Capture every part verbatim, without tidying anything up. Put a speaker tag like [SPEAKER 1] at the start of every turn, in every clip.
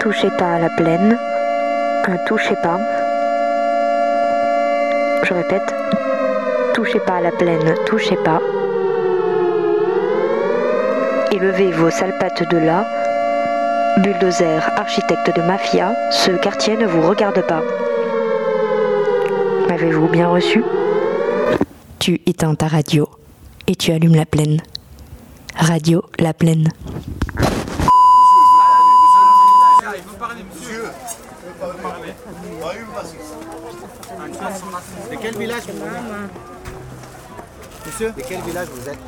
[SPEAKER 1] touchez pas à la plaine, ne touchez pas. Je répète, touchez pas à la plaine, touchez pas. Élevez vos sales pattes de là. Bulldozer, architecte de mafia, ce quartier ne vous regarde pas. M'avez-vous bien reçu ? Tu éteins ta radio et tu allumes la plaine. Radio La Plaine.
[SPEAKER 2] De quel village vous êtes ? Monsieur, de quel village vous êtes ?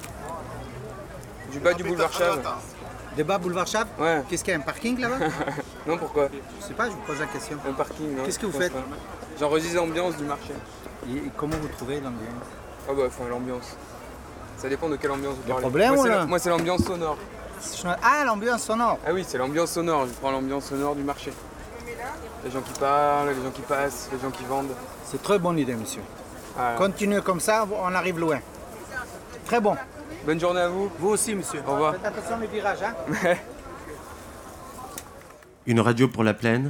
[SPEAKER 3] Du bas du boulevard Chave.
[SPEAKER 2] De bas boulevard Chave ?
[SPEAKER 3] Ouais.
[SPEAKER 2] Qu'est-ce qu'il y a, un parking là-bas ?
[SPEAKER 3] Non, pourquoi ?
[SPEAKER 2] Je sais pas, je vous pose la question.
[SPEAKER 3] Un parking, non.
[SPEAKER 2] Qu'est-ce que vous
[SPEAKER 3] je pense
[SPEAKER 2] faites ?
[SPEAKER 3] pas. J'enregistre l'ambiance du marché.
[SPEAKER 2] Et, et comment vous trouvez l'ambiance ?
[SPEAKER 3] Ah bah, enfin, l'ambiance. Ça dépend de quelle ambiance vous parlez.
[SPEAKER 2] problème,
[SPEAKER 3] moi,
[SPEAKER 2] ou
[SPEAKER 3] c'est
[SPEAKER 2] là
[SPEAKER 3] la- moi, c'est l'ambiance sonore.
[SPEAKER 2] Ah, l'ambiance sonore.
[SPEAKER 3] Ah oui, c'est l'ambiance sonore. Je prends l'ambiance sonore du marché. Les gens qui parlent, les gens qui passent, les gens qui vendent.
[SPEAKER 2] C'est très bonne idée, monsieur.
[SPEAKER 3] Ah,
[SPEAKER 2] Continuez comme ça, on arrive loin. Très bon.
[SPEAKER 3] bonne journée à vous.
[SPEAKER 2] Vous aussi, monsieur.
[SPEAKER 3] Au revoir.
[SPEAKER 2] Faites attention les virages, hein.
[SPEAKER 4] Une radio pour la plaine.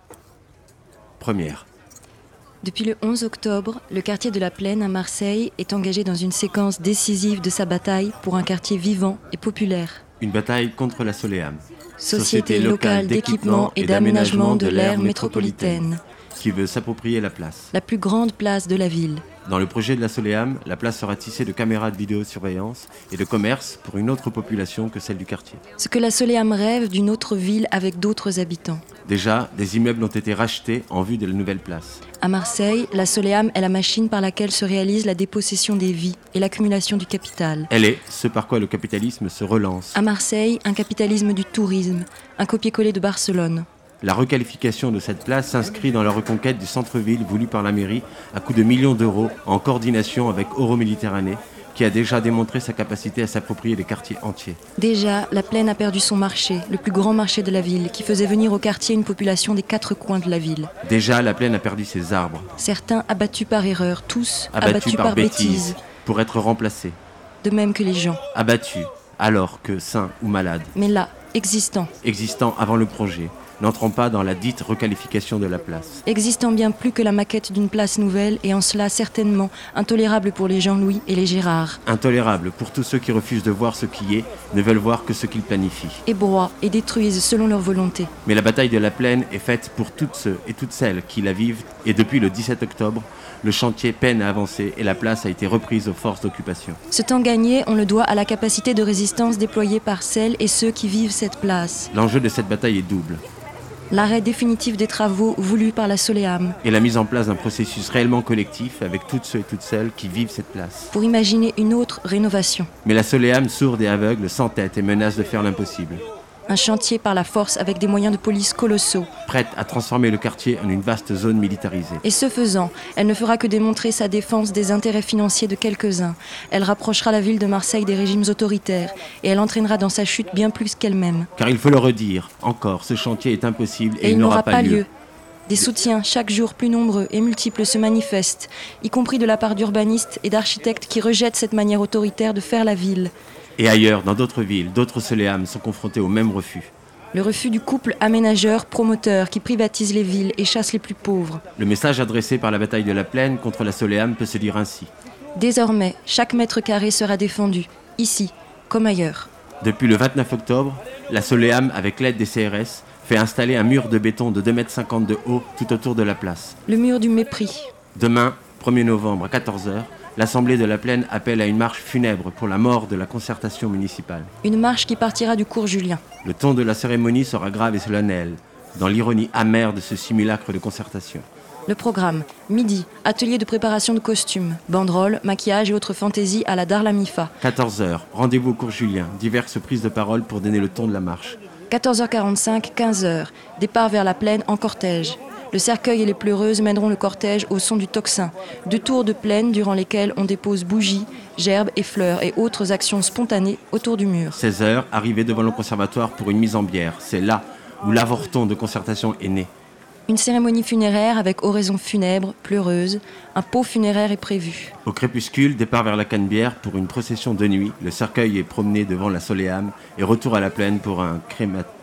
[SPEAKER 4] Première.
[SPEAKER 5] Depuis le onze octobre, le quartier de la Plaine à Marseille est engagé dans une séquence décisive de sa bataille pour un quartier vivant et populaire.
[SPEAKER 4] Une bataille contre la Soleam,
[SPEAKER 5] Société locale d'équipement et d'aménagement de l'aire métropolitaine,
[SPEAKER 4] qui veut s'approprier la place.
[SPEAKER 5] la plus grande place de la ville.
[SPEAKER 4] Dans le projet de la Soleam, la place sera tissée de caméras de vidéosurveillance et de commerce pour une autre population que celle du quartier.
[SPEAKER 5] Ce que la Soleam rêve d'une autre ville avec d'autres habitants.
[SPEAKER 4] Déjà, des immeubles ont été rachetés en vue de la nouvelle place.
[SPEAKER 5] À Marseille, la Soleam est la machine par laquelle se réalise la dépossession des vies et l'accumulation du capital.
[SPEAKER 4] Elle est ce par quoi le capitalisme se relance.
[SPEAKER 5] À Marseille, un capitalisme du tourisme, un copier-coller de Barcelone.
[SPEAKER 4] La requalification de cette place s'inscrit dans la reconquête du centre-ville voulu par la mairie à coût de millions d'euros en coordination avec Euroméditerranée, qui a déjà démontré sa capacité à s'approprier les quartiers entiers.
[SPEAKER 5] Déjà, la Plaine a perdu son marché, le plus grand marché de la ville, qui faisait venir au quartier une population des quatre coins de la ville.
[SPEAKER 4] Déjà, la plaine a perdu ses arbres,
[SPEAKER 5] Certains abattus par erreur, tous
[SPEAKER 4] abattus, par, bêtise, pour être remplacés.
[SPEAKER 5] de même que les gens.
[SPEAKER 4] Abattus, alors que sains ou malades,
[SPEAKER 5] Mais là, existants,
[SPEAKER 4] existant avant le projet, n'entrant pas dans la dite requalification de la place.
[SPEAKER 5] existant bien plus que la maquette d'une place nouvelle et en cela certainement intolérable pour les Jean-Louis et les Gérard.
[SPEAKER 4] Intolérable pour tous ceux qui refusent de voir ce qui est, ne veulent voir que ce qu'ils planifient.
[SPEAKER 5] Et broient et détruisent selon leur volonté.
[SPEAKER 4] Mais la bataille de la plaine est faite pour toutes ceux et toutes celles qui la vivent, et depuis le dix-sept octobre, le chantier peine à avancer et la place a été reprise aux forces d'occupation.
[SPEAKER 5] Ce temps gagné, on le doit à la capacité de résistance déployée par celles et ceux qui vivent cette place.
[SPEAKER 4] L'enjeu de cette bataille est double,
[SPEAKER 5] L'arrêt définitif des travaux voulus par la Soleam
[SPEAKER 4] et la mise en place d'un processus réellement collectif avec toutes ceux et toutes celles qui vivent cette place.
[SPEAKER 5] pour imaginer une autre rénovation.
[SPEAKER 4] Mais la Soleam, sourde et aveugle, s'entête et menace de faire l'impossible.
[SPEAKER 5] Un chantier par la force avec des moyens de police colossaux.
[SPEAKER 4] Prête à transformer le quartier en une vaste zone militarisée.
[SPEAKER 5] Et ce faisant, elle ne fera que démontrer sa défense des intérêts financiers de quelques-uns. Elle rapprochera la ville de Marseille des régimes autoritaires et elle entraînera dans sa chute bien plus qu'elle-même.
[SPEAKER 4] Car il faut le redire, encore, ce chantier est impossible et,
[SPEAKER 5] Et il n'aura pas lieu. Des soutiens chaque jour plus nombreux et multiples se manifestent, y compris de la part d'urbanistes et d'architectes qui rejettent cette manière autoritaire de faire la ville.
[SPEAKER 4] Et ailleurs, dans d'autres villes, d'autres Soleam sont confrontés au même refus.
[SPEAKER 5] Le refus du couple aménageur-promoteur qui privatise les villes et chasse les plus pauvres.
[SPEAKER 4] Le message adressé par la bataille de la plaine contre la Soleam peut se lire ainsi.
[SPEAKER 5] Désormais, chaque mètre carré sera défendu, ici comme ailleurs.
[SPEAKER 4] Depuis le vingt-neuf octobre, la Soleam, avec l'aide des C R S, fait installer un mur de béton de deux mètres cinquante de haut tout autour de la place.
[SPEAKER 5] Le mur du mépris.
[SPEAKER 4] Demain, premier novembre à quatorze heures, l'Assemblée de la Plaine appelle à une marche funèbre pour la mort de la concertation municipale.
[SPEAKER 5] Une marche qui partira du cours Julien.
[SPEAKER 4] Le ton de la cérémonie sera grave et solennel, dans l'ironie amère de ce simulacre de concertation.
[SPEAKER 5] Le programme, midi, atelier de préparation de costumes, banderoles, maquillage et autres fantaisies à la Darla Mifa.
[SPEAKER 4] quatorze heures, rendez-vous au cours Julien, diverses prises de parole pour donner le ton de la marche.
[SPEAKER 5] quatorze heures quarante-cinq, quinze heures, départ vers la plaine en cortège. Le cercueil et les pleureuses mèneront le cortège au son du tocsin. Deux tours de plaine durant lesquels on dépose bougies, gerbes et fleurs et autres actions spontanées autour du mur.
[SPEAKER 4] seize heures, arrivée devant le conservatoire pour une mise en bière. C'est là où l'avorton de concertation est né.
[SPEAKER 5] Une cérémonie funéraire avec oraison funèbre, pleureuse. Un pot funéraire est prévu.
[SPEAKER 4] Au crépuscule, départ vers la Canebière pour une procession de nuit. Le cercueil est promené devant la Soleam et retour à la plaine pour un créma-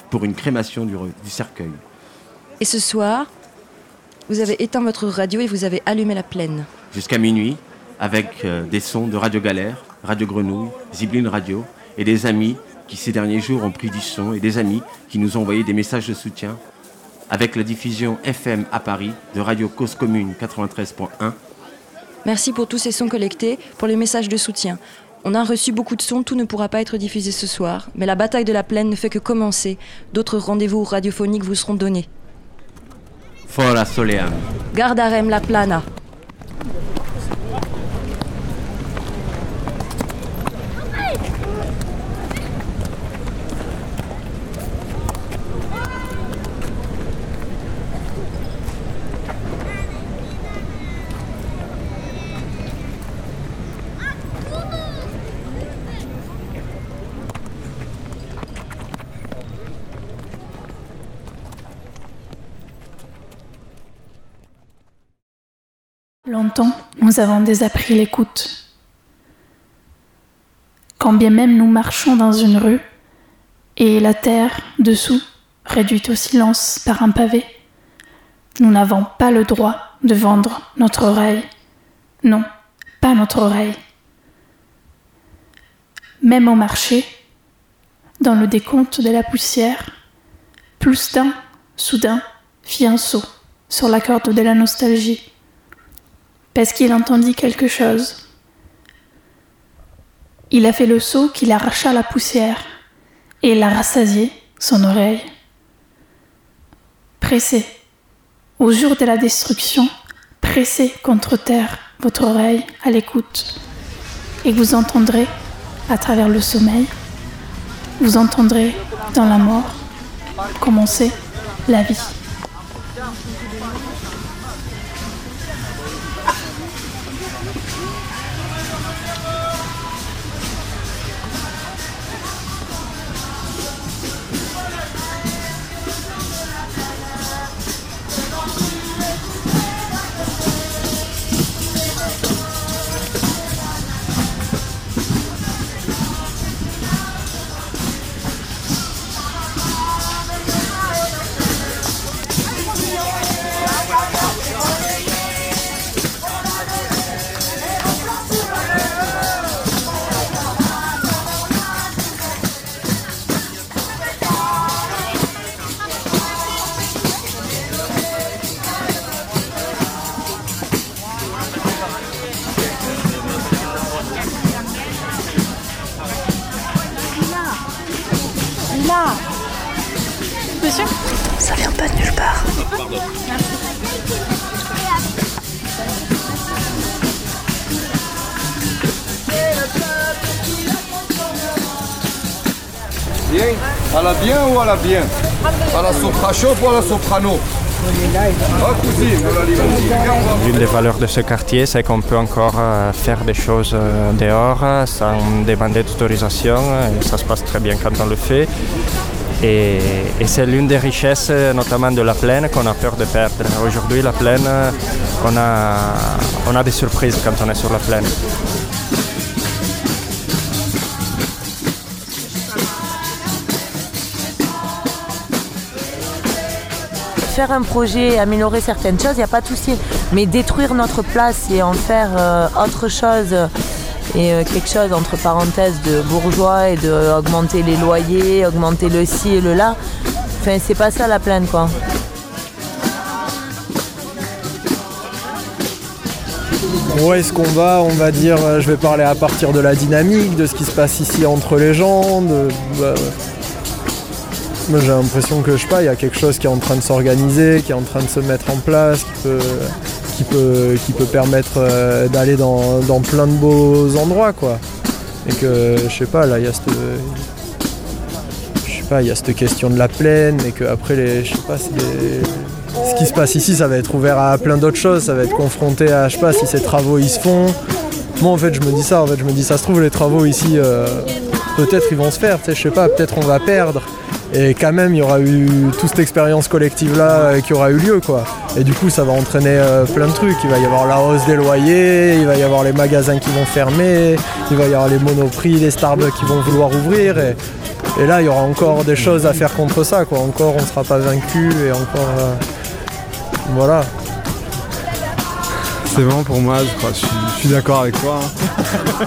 [SPEAKER 4] pour une crémation du, re- du cercueil.
[SPEAKER 5] Et ce soir, vous avez éteint votre radio et vous avez allumé la plaine.
[SPEAKER 4] Jusqu'à minuit, avec euh, des sons de Radio Galère, Radio Grenouille, Zibline Radio et des amis qui ces derniers jours ont pris du son et des amis qui nous ont envoyé des messages de soutien avec la diffusion F M à Paris de Radio Cause Commune quatre-vingt-treize point un.
[SPEAKER 5] Merci pour tous ces sons collectés, pour les messages de soutien. On a reçu beaucoup de sons, tout ne pourra pas être diffusé ce soir, mais la bataille de la plaine ne fait que commencer. D'autres rendez-vous radiophoniques vous seront donnés.
[SPEAKER 4] Fora Soleam.
[SPEAKER 5] Gardarem la plana.
[SPEAKER 6] Longtemps, nous avons désappris l'écoute. Quand bien même nous marchons dans une rue, et la terre, dessous, réduite au silence par un pavé, nous n'avons pas le droit de vendre notre oreille. Non, pas notre oreille. Même au marché, dans le décompte de la poussière, plus d'un, soudain, fit un saut sur la corde de la nostalgie. Parce qu'il entendit quelque chose. Il a fait le saut qu'il arracha la poussière et il a rassasié son oreille. Pressez, au jour de la destruction, pressez contre terre votre oreille à l'écoute et vous entendrez, à travers le sommeil, vous entendrez dans la mort commencer la vie. Monsieur ?
[SPEAKER 1] Ça vient pas de nulle part.
[SPEAKER 6] Pardon.
[SPEAKER 7] Bien, à la bien ou à la bien? À la soprachauffe ou à la soprano?
[SPEAKER 8] L'une des valeurs de ce quartier, c'est qu'on peut encore faire des choses dehors sans demander d'autorisation. Et ça se passe très bien quand on le fait. Et, et c'est l'une des richesses, notamment de la plaine, qu'on a peur de perdre. Aujourd'hui, la plaine, on a, on a des surprises quand on est sur la plaine.
[SPEAKER 9] Faire un projet, améliorer certaines choses, il n'y a pas de souci. Mais détruire notre place et en faire euh, autre chose, et euh, quelque chose entre parenthèses de bourgeois et d'augmenter les loyers, augmenter le ci et le là, enfin c'est pas ça la plaine quoi.
[SPEAKER 10] Où est-ce qu'on va? On va dire, je vais parler à partir de la dynamique, de ce qui se passe ici entre les gens, de... Bah, moi j'ai l'impression que je sais pas, il y a quelque chose qui est en train de s'organiser, qui est en train de se mettre en place, qui peut, qui peut, qui peut permettre euh, d'aller dans, dans plein de beaux endroits quoi. Et que je sais pas, là il y a cette, je sais pas, il y a cette question de la plaine et que après les, je sais pas, c'est des, ce qui se passe ici, ça va être ouvert à plein d'autres choses, ça va être confronté à, je sais pas, si ces travaux ils se font. Moi en fait je me dis ça, en fait je me dis ça se trouve les travaux ici, euh, peut-être ils vont se faire, tu sais, je sais pas, peut-être on va perdre. Et quand même, il y aura eu toute cette expérience collective-là euh, qui aura eu lieu, quoi. Et du coup, ça va entraîner euh, plein de trucs. Il va y avoir la hausse des loyers, il va y avoir les magasins qui vont fermer, il va y avoir les monoprix, les Starbucks qui vont vouloir ouvrir. Et, Et là, il y aura encore des choses à faire contre ça, quoi. Encore, on ne sera pas vaincu et encore... Euh, voilà.
[SPEAKER 11] C'est bon pour moi, je crois. Je suis, je suis d'accord avec toi. Hein.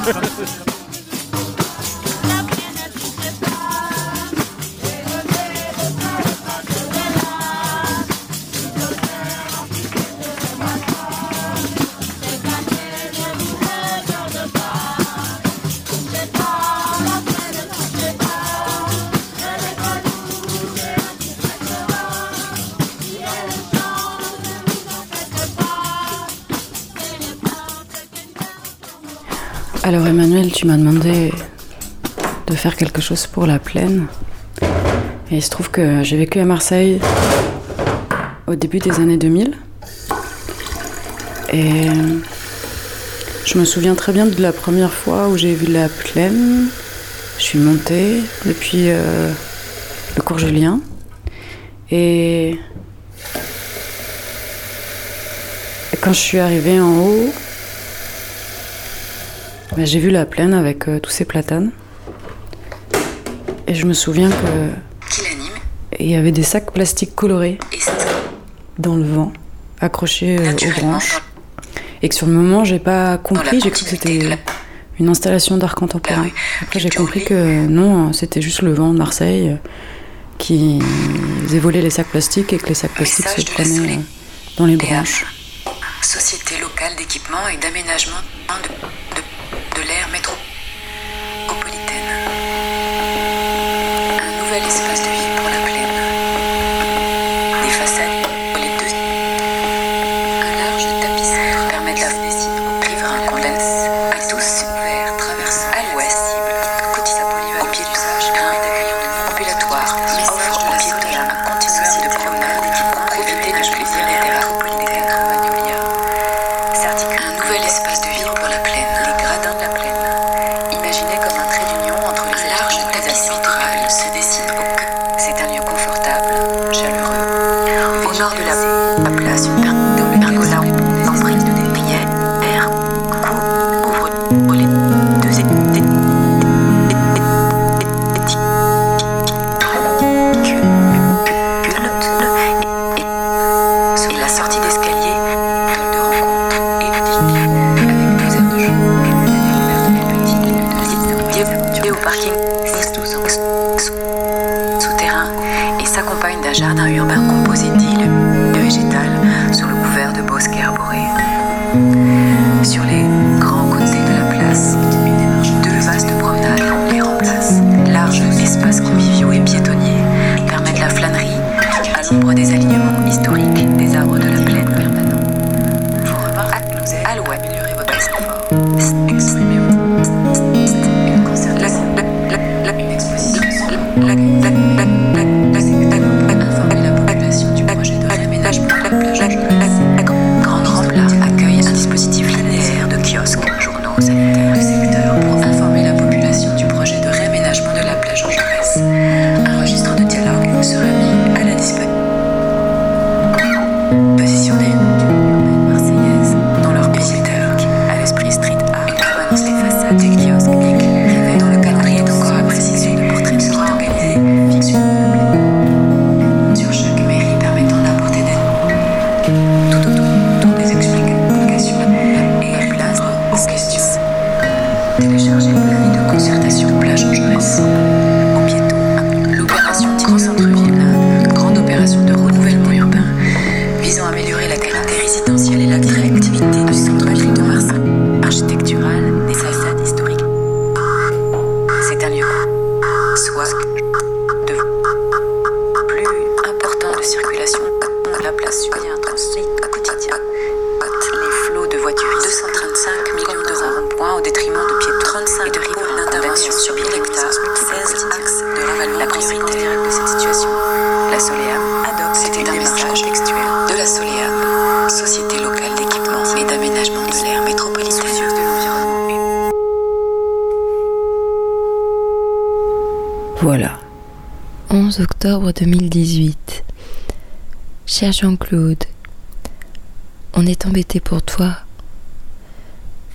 [SPEAKER 12] Alors Emmanuel, tu m'as demandé de faire quelque chose pour la plaine. Et il se trouve que j'ai vécu à Marseille au début des années deux mille. Et je me souviens très bien de la première fois où j'ai vu la plaine. Je suis montée depuis euh, le cours Julien. Et quand je suis arrivée en haut, ben, j'ai vu la plaine avec euh, tous ces platanes. Et je me souviens que il y avait des sacs plastiques colorés dans le vent, accrochés euh, aux branches. Et que sur le moment, j'ai pas compris, j'ai cru que c'était une installation d'art contemporain. Après, j'ai compris que non, c'était juste le vent de Marseille qui faisait voler les sacs plastiques et que les sacs plastiques se prenaient dans les branches.
[SPEAKER 13] Société locale d'équipement et d'aménagement de, de, de l'aire métropolitaine. Un nouvel espace de vie pour la plaine. Des façades, les deux. Un large tapis central permet de la riverain condense à tous ouvert, traversant à l'ouest, cible, quotidien polyvalent, au pied d'usage, grain et d'accueillir de non ambulatoire, offre aux piétons un continuum de promenade pour profiter du plaisir des métropolitaines. Un nouvel espace de vie pour la plaine, les gradins de la plaine. Imaginez comme un trait d'union entre les larges tapis central se dessine au cœur. C'est un lieu confortable, chaleureux. Au nord de la, la place, une pergola en prise de billets, air, couvre les deux étages. Et la sortie d'escalier, de rencontre avec deux aires de jeu, et au parking souterrain et s'accompagne d'un jardin urbain composé d'îles de végétales sous le couvert de bosquets arborés. Sur les grands côtés de la place, deux vastes promenades les remplacent. Larges espaces conviviaux et piétonniers permettent la flânerie à l'ombre des alignements historiques des arbres de la plaine permanents. Vous remarquez à l'ouest, améliorez votre confort. Exprimez-vous. La, la, la, la, une exposition. La, la, la, la, la, la, informer la population du projet de réaménagement de la plage. La grande rampe-là accueille un dispositif linéaire de kiosques, journaux, sanitaires, de secteur pour informer la population du projet de réaménagement de la plage en Jaurès. Un registre de dialogue sera mis à la disposition des Marseillaises dans leur visiteurs à l'esprit street art et permanence des façades des kiosques rivés dans le calendrier encore à préciser de portraits de sera organisé fiction sur chaque mairie permettant d'apporter des tout autour des explications et la place aux questions. Télécharger l'avis de concertation de plage en Jaurès aux piétons. L'opération Grand Centre-Ville, grande opération de renouvellement urbain visant à améliorer la qualité résidentielle et l'attractivité du centre-ville de Marseille, architecturale des façades historiques. C'est un lieu, soit de plus important de circulation, la place subvient un transit quotidien. Les flots de voitures, deux cent trente-cinq millions d'euros rond-point au détriment de piétons trente-cinq et de riverains. L'intervention sur mille hectares, seize axes de ravalement. La conséquence directe de cette situation. La Soleam adopte, c'était un message textuel de la Soleam, société locale d'équipement et d'aménagement de l'aire métropolitaine de l'environnement.
[SPEAKER 14] Voilà. onze octobre deux mille dix-huit. Cher Jean-Claude, on est embêté pour toi.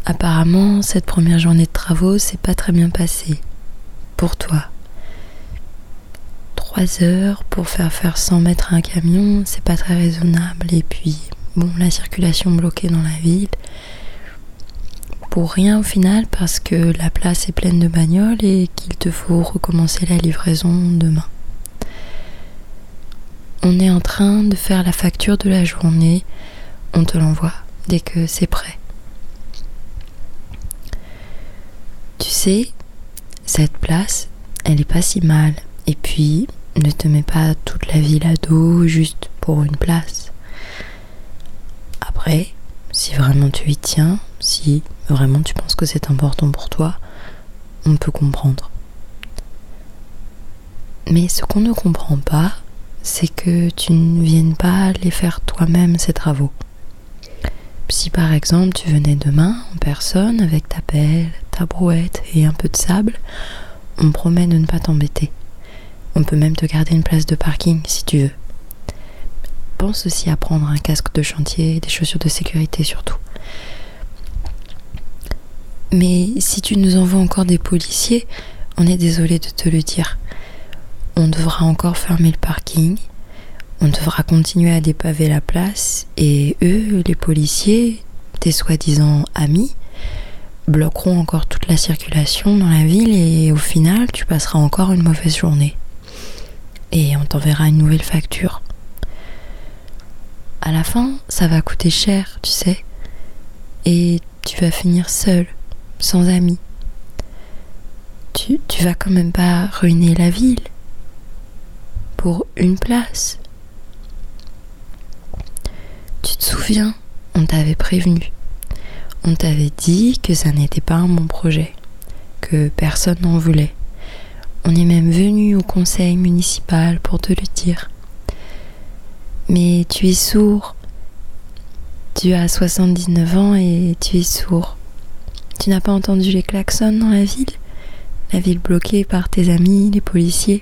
[SPEAKER 14] Apparemment, cette première journée de travaux s'est pas très bien passée. Pour toi. trois heures pour faire faire cent mètres à un camion, c'est pas très raisonnable. Et puis, bon, la circulation bloquée dans la ville. Pour rien au final, parce que la place est pleine de bagnoles et qu'il te faut recommencer la livraison demain. On est en train de faire la facture de la journée. On te l'envoie dès que c'est prêt. Tu sais, cette place, elle est pas si mal. Et puis, ne te mets pas toute la ville à dos juste pour une place. Après, si vraiment tu y tiens, si vraiment tu penses que c'est important pour toi, on peut comprendre. Mais ce qu'on ne comprend pas, c'est que tu ne viennes pas les faire toi-même, ces travaux. Si par exemple tu venais demain en personne avec ta pelle, ta brouette et un peu de sable, on promet de ne pas t'embêter. On peut même te garder une place de parking si tu veux. Pense aussi à prendre un casque de chantier et des chaussures de sécurité surtout. Mais si tu nous envoies encore des policiers, on est désolé de te le dire. On devra encore fermer le parking, on devra continuer à dépaver la place, et eux, les policiers, tes soi-disant amis, bloqueront encore toute la circulation dans la ville et au final, tu passeras encore une mauvaise journée. Et on t'enverra une nouvelle facture. À la fin, ça va coûter cher, tu sais, et tu vas finir seul, sans amis. Tu, tu vas quand même pas ruiner la ville pour une place. Tu te souviens, on t'avait prévenu. On t'avait dit que ça n'était pas un bon projet, que personne n'en voulait. On est même venu au conseil municipal pour te le dire. Mais tu es sourd. Tu as soixante-dix-neuf ans et tu es sourd. Tu n'as pas entendu les klaxons dans la ville ? La ville bloquée par tes amis, les policiers.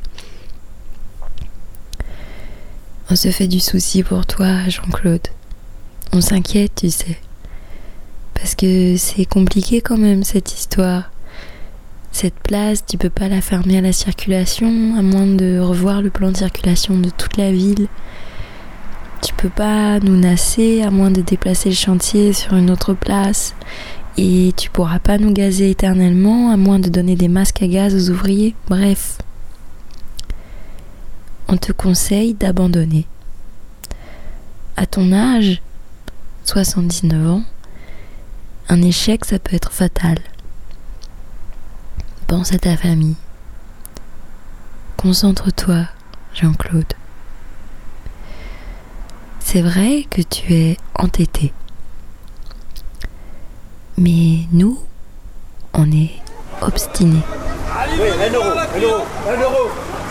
[SPEAKER 14] On se fait du souci pour toi, Jean-Claude. On s'inquiète, tu sais. Parce que c'est compliqué quand même, cette histoire. Cette place, tu peux pas la fermer à la circulation, à moins de revoir le plan de circulation de toute la ville. Tu peux pas nous nasser, à moins de déplacer le chantier sur une autre place. Et tu pourras pas nous gazer éternellement, à moins de donner des masques à gaz aux ouvriers. Bref. On te conseille d'abandonner. À ton âge, soixante-dix-neuf ans, un échec, ça peut être fatal. Pense à ta famille. Concentre-toi, Jean-Claude. C'est vrai que tu es entêté. Mais nous, on est obstinés.
[SPEAKER 7] Oui, un euro, un euro, un euro.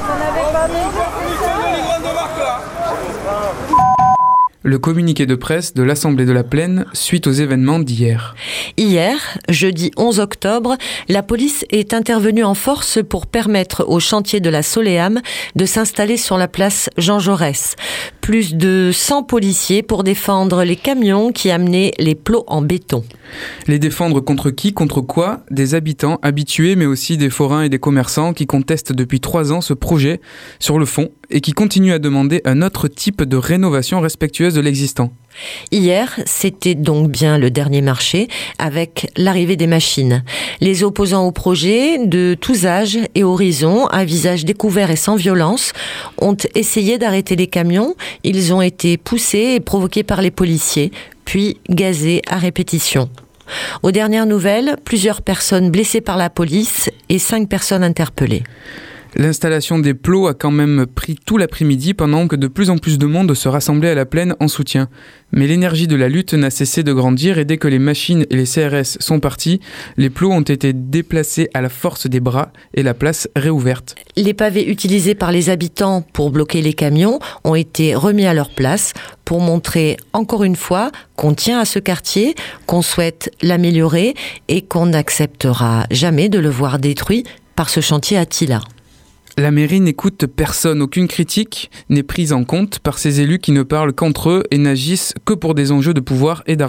[SPEAKER 15] Le communiqué de presse de l'Assemblée de la Plaine suite aux événements d'hier.
[SPEAKER 16] Hier, jeudi onze octobre, la police est intervenue en force pour permettre au chantier de la Soleam de s'installer sur la place Jean Jaurès. Plus de cent policiers pour défendre les camions qui amenaient les plots en béton.
[SPEAKER 15] Les défendre contre qui, contre quoi ? Des habitants habitués, mais aussi des forains et des commerçants qui contestent depuis trois ans ce projet sur le fond et qui continuent à demander un autre type de rénovation respectueuse de l'existant.
[SPEAKER 16] Hier, c'était donc bien le dernier marché avec l'arrivée des machines. Les opposants au projet, de tous âges et horizons, à visage découvert et sans violence, ont essayé d'arrêter les camions. Ils ont été poussés et provoqués par les policiers, puis gazés à répétition. Aux dernières nouvelles, plusieurs personnes blessées par la police et cinq personnes interpellées.
[SPEAKER 15] L'installation des plots a quand même pris tout l'après-midi pendant que de plus en plus de monde se rassemblait à la plaine en soutien. Mais l'énergie de la lutte n'a cessé de grandir et dès que les machines et les C R S sont partis, les plots ont été déplacés à la force des bras et la place réouverte.
[SPEAKER 16] Les pavés utilisés par les habitants pour bloquer les camions ont été remis à leur place pour montrer encore une fois qu'on tient à ce quartier, qu'on souhaite l'améliorer et qu'on n'acceptera jamais de le voir détruit par ce chantier Attila.
[SPEAKER 15] La mairie n'écoute personne, aucune critique n'est prise en compte par ces élus qui ne parlent qu'entre eux et n'agissent que pour des enjeux de pouvoir et d'argent.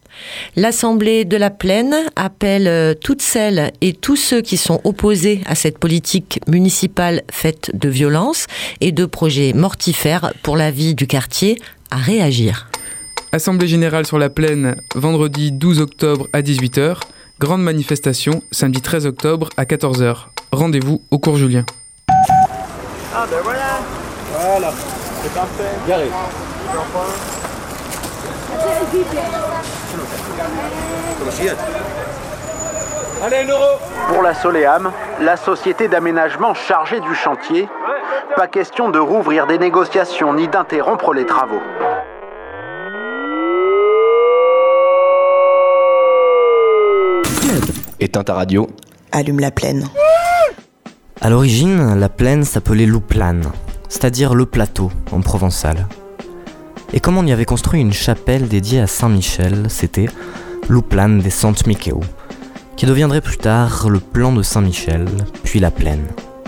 [SPEAKER 16] L'Assemblée de la Plaine appelle toutes celles et tous ceux qui sont opposés à cette politique municipale faite de violence et de projets mortifères pour la vie du quartier à réagir.
[SPEAKER 15] Assemblée générale sur la Plaine, vendredi douze octobre à dix-huit heures. Grande manifestation, samedi treize octobre à quatorze heures. Rendez-vous au cours Julien.
[SPEAKER 2] Ah ben voilà. Voilà, c'est parfait. Garé.
[SPEAKER 17] Allez, un euro. Pour la Soleam, la société d'aménagement chargée du chantier, pas question de rouvrir des négociations ni d'interrompre les travaux.
[SPEAKER 18] Éteins ta radio.
[SPEAKER 19] Allume la plaine.
[SPEAKER 20] À l'origine, la plaine s'appelait Louplane, c'est-à-dire le plateau en provençal. Et comme on y avait construit une chapelle dédiée à Saint-Michel, c'était Louplane des Sant Miqueu, qui deviendrait plus tard le plan de Saint-Michel, puis la plaine.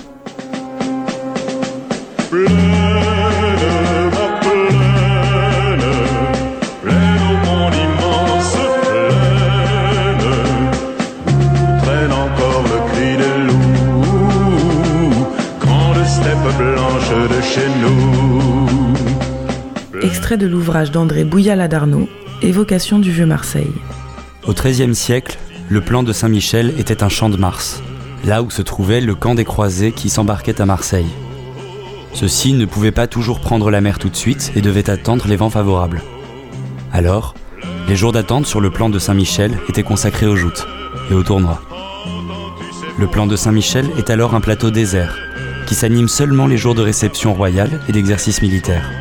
[SPEAKER 21] De chez nous.
[SPEAKER 12] Extrait de l'ouvrage d'André Bouillat-Ladarnaud, Évocation du vieux Marseille.
[SPEAKER 22] Au treizième siècle, le plan de Saint-Michel était un champ de Mars, là où se trouvait le camp des croisés qui s'embarquaient à Marseille. Ceux-ci ne pouvaient pas toujours prendre la mer tout de suite et devaient attendre les vents favorables. Alors, les jours d'attente sur le plan de Saint-Michel étaient consacrés aux joutes et aux tournois. Le plan de Saint-Michel est alors un plateau désert, qui s'anime seulement les jours de réception royale et d'exercice militaire.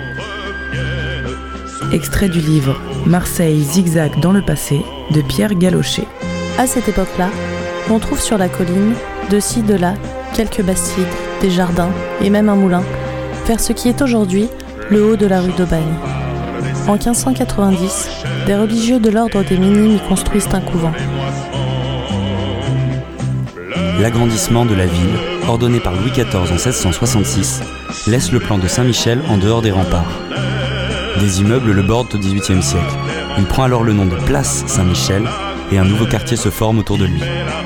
[SPEAKER 12] Extrait du livre Marseille zigzag dans le passé de Pierre Galochet.
[SPEAKER 23] À cette époque-là, on trouve sur la colline, de ci, de là, quelques bastides, des jardins et même un moulin, vers ce qui est aujourd'hui le haut de la rue d'Aubagne. En quinze cent quatre-vingt-dix, des religieux de l'ordre des Minimes y construisent un couvent.
[SPEAKER 22] L'agrandissement de la ville, ordonné par Louis quatorze en seize cent soixante-six, laisse le plan de Saint-Michel en dehors des remparts. Des immeubles le bordent au dix-huitième siècle. Il prend alors le nom de place Saint-Michel et un nouveau quartier se forme autour de lui.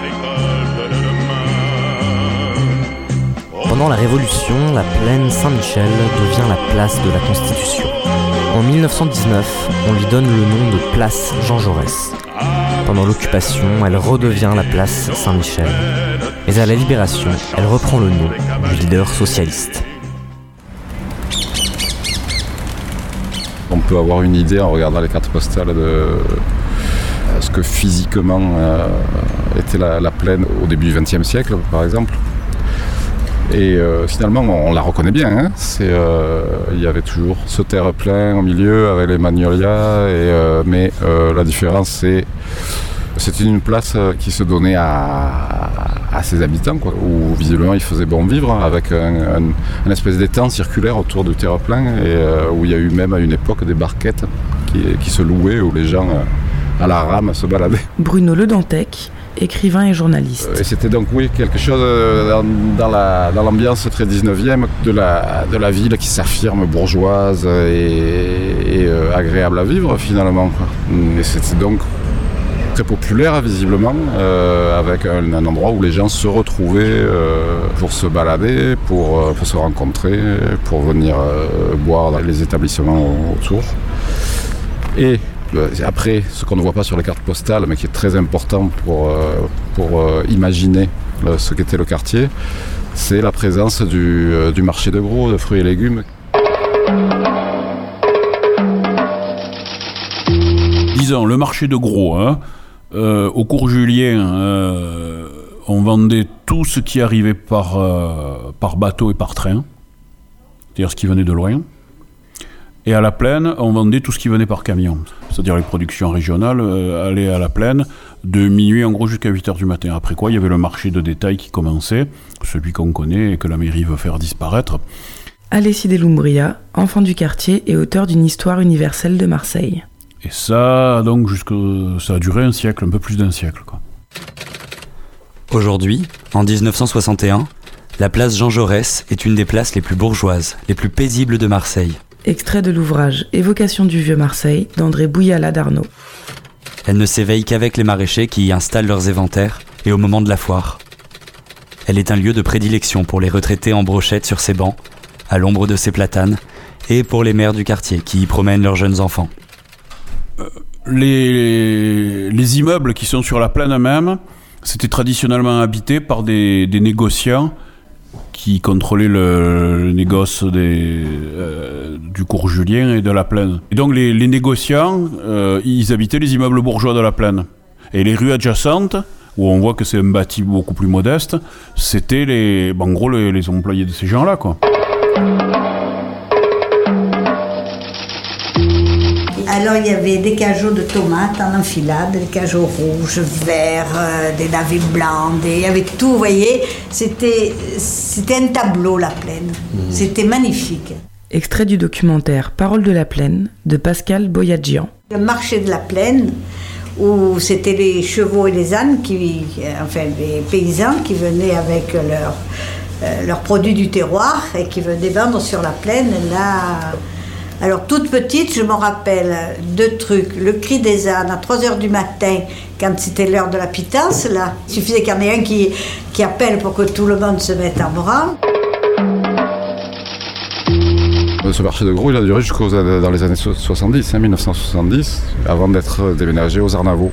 [SPEAKER 20] Pendant la Révolution, la plaine Saint-Michel devient la place de la Constitution. En mille neuf cent dix-neuf, on lui donne le nom de place Jean Jaurès. Pendant l'occupation, elle redevient la place Saint-Michel. Mais à la Libération, elle reprend le nom du leader socialiste.
[SPEAKER 11] On peut avoir une idée en regardant les cartes postales de ce que physiquement euh, était la, la plaine au début du vingtième siècle, par exemple. Et euh, finalement, on la reconnaît bien. Hein. C'est, euh, il y avait toujours ce terre-plein au milieu avec les magnolias. Et, euh, mais euh, la différence, c'est c'était une place qui se donnait à, à ses habitants, quoi, où visiblement il faisait bon vivre, avec un, un, un espèce d'étang circulaire autour du terre-plein, et euh, où il y a eu même à une époque des barquettes qui, qui se louaient, où les gens euh, à la rame se baladaient.
[SPEAKER 12] Bruno Le Dantec, écrivain et journaliste.
[SPEAKER 11] Et c'était donc, oui, quelque chose dans, dans, la, dans l'ambiance très dix-neuvième de la, de la ville qui s'affirme bourgeoise et, et euh, agréable à vivre, finalement, quoi. Et c'était donc très populaire, visiblement, euh, avec un, un endroit où les gens se retrouvaient euh, pour se balader, pour, euh, pour se rencontrer, pour venir euh, boire dans les établissements autour. Et euh, après, ce qu'on ne voit pas sur les cartes postales, mais qui est très important pour, euh, pour euh, imaginer euh, ce qu'était le quartier, c'est la présence du, euh, du marché de gros, de fruits et légumes.
[SPEAKER 24] Disons, le marché de gros, hein. Euh, au cours Julien, euh, on vendait tout ce qui arrivait par, euh, par bateau et par train, c'est-à-dire ce qui venait de loin. Et à la plaine, on vendait tout ce qui venait par camion, c'est-à-dire les productions régionales euh, allaient à la plaine de minuit en gros jusqu'à huit heures du matin. Après quoi, il y avait le marché de détail qui commençait, celui qu'on connaît et que la mairie veut faire disparaître.
[SPEAKER 12] Alessi Lumbria, enfant du quartier et auteur d'une histoire universelle de Marseille.
[SPEAKER 24] Et ça, donc, jusque, ça a duré un siècle, un peu plus d'un siècle, quoi.
[SPEAKER 22] Aujourd'hui, en dix-neuf cent soixante et un, la place Jean Jaurès est une des places les plus bourgeoises, les plus paisibles de Marseille.
[SPEAKER 12] Extrait de l'ouvrage Évocation du vieux Marseille d'André Bouillat-Ladarnaud.
[SPEAKER 22] Elle ne s'éveille qu'avec les maraîchers qui y installent leurs éventaires et au moment de la foire. Elle est un lieu de prédilection pour les retraités en brochette sur ses bancs, à l'ombre de ses platanes, et pour les mères du quartier qui y promènent leurs jeunes enfants.
[SPEAKER 24] Euh, les, les immeubles qui sont sur la plaine même, c'était traditionnellement habité par des, des négociants qui contrôlaient le, le négoce des, euh, du cours Julien et de la plaine. Et donc les, les négociants, euh, ils habitaient les immeubles bourgeois de la plaine. Et les rues adjacentes, où on voit que c'est un bâti beaucoup plus modeste, c'était les, ben, en gros les, les employés de ces gens-là, quoi.
[SPEAKER 3] Alors il y avait des cajots de tomates en enfilade, des cajots rouges, verts, euh, des navets blancs, des... il y avait tout, vous voyez. C'était, c'était un tableau, la plaine. Mmh. C'était magnifique.
[SPEAKER 4] Extrait du documentaire Parole de la plaine de Pascal Boyadjian.
[SPEAKER 3] Le marché de la plaine, où c'était les chevaux et les ânes, qui, enfin les paysans qui venaient avec leurs euh, leurs produits du terroir et qui venaient vendre sur la plaine, là... Alors, toute petite, je me rappelle deux trucs. Le cri des ânes à trois heures du matin, quand c'était l'heure de la pitance, là. Il suffisait qu'il y en ait un qui, qui appelle pour que tout le monde se mette en branle.
[SPEAKER 11] Ce marché de gros, il a duré jusqu'aux dans les années soixante-dix, hein, mille neuf cent soixante-dix, avant d'être déménagé aux Arnavaux.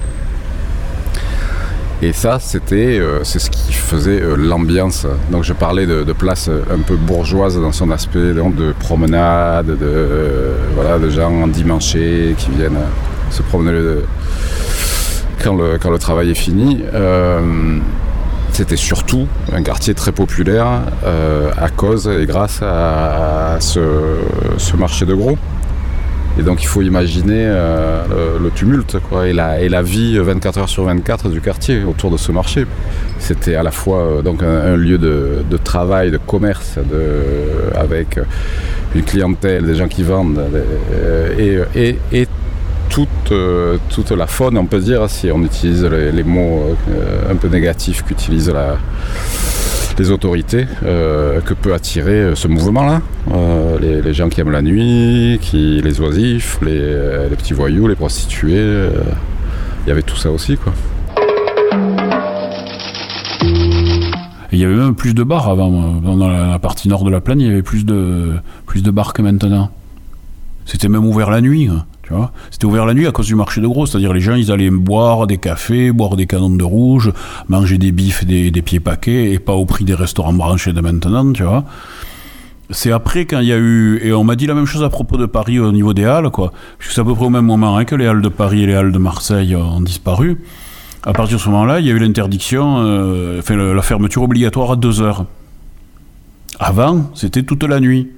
[SPEAKER 11] Et ça, c'était, euh, c'est ce qui faisait euh, l'ambiance. Donc je parlais de, de place un peu bourgeoise dans son aspect, donc de promenade, de, euh, voilà, de gens endimanchés qui viennent euh, se promener le, quand, le, quand le travail est fini. Euh, c'était surtout un quartier très populaire euh, à cause et grâce à, à ce, ce marché de gros. Et donc il faut imaginer euh, le, le tumulte, quoi, et, la, et la vie vingt-quatre heures sur vingt-quatre du quartier autour de ce marché. C'était à la fois euh, donc un, un lieu de, de travail, de commerce, de, avec une clientèle, des gens qui vendent, euh, et, et, et toute, euh, toute la faune, on peut dire, si on utilise les, les mots euh, un peu négatifs qu'utilisent la... les autorités, euh, que peut attirer ce mouvement-là. Euh, les, les gens qui aiment la nuit, qui, les oisifs, les, les petits voyous, les prostituées, euh, il y avait tout ça aussi, quoi.
[SPEAKER 24] Il y avait même plus de bars avant. Dans la, la partie nord de la plaine, il y avait plus de, plus de bars que maintenant. C'était même ouvert la nuit, hein. Tu vois, c'était ouvert la nuit à cause du marché de gros, c'est-à-dire les gens ils allaient boire des cafés, boire des canons de rouge, manger des bifs et des, des pieds paquets, et pas au prix des restaurants branchés de maintenant, tu vois. C'est après quand il y a eu, et on m'a dit la même chose à propos de Paris au niveau des halles, quoi, puisque c'est à peu près au même moment hein, que les halles de Paris et les halles de Marseille ont disparu. À partir de ce moment-là, il y a eu l'interdiction, euh, enfin la fermeture obligatoire à deux heures. Avant, c'était toute la nuit.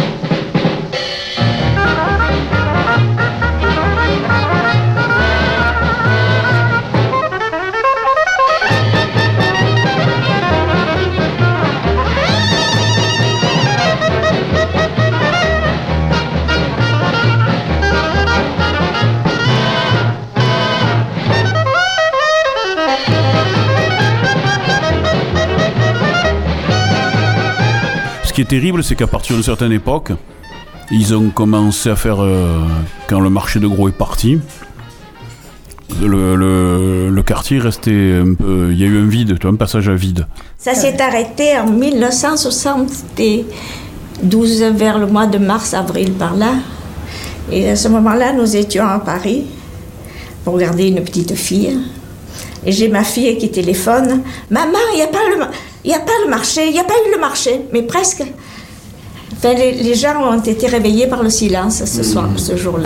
[SPEAKER 24] Ce qui est terrible, c'est qu'à partir d'une certaine époque, ils ont commencé à faire, euh, quand le marché de gros est parti, le, le, le quartier restait un peu, il y a eu un vide, un passage à vide.
[SPEAKER 3] Ça s'est arrêté en mille neuf cent soixante-douze, vers le mois de mars-avril par là. Et à ce moment-là, nous étions à Paris pour garder une petite fille. Et j'ai ma fille qui téléphone. « Maman, il n'y a pas le... Il n'y a pas le marché, il n'y a pas eu le marché, mais presque. Enfin, les, les gens ont été réveillés par le silence ce soir, ce jour-là.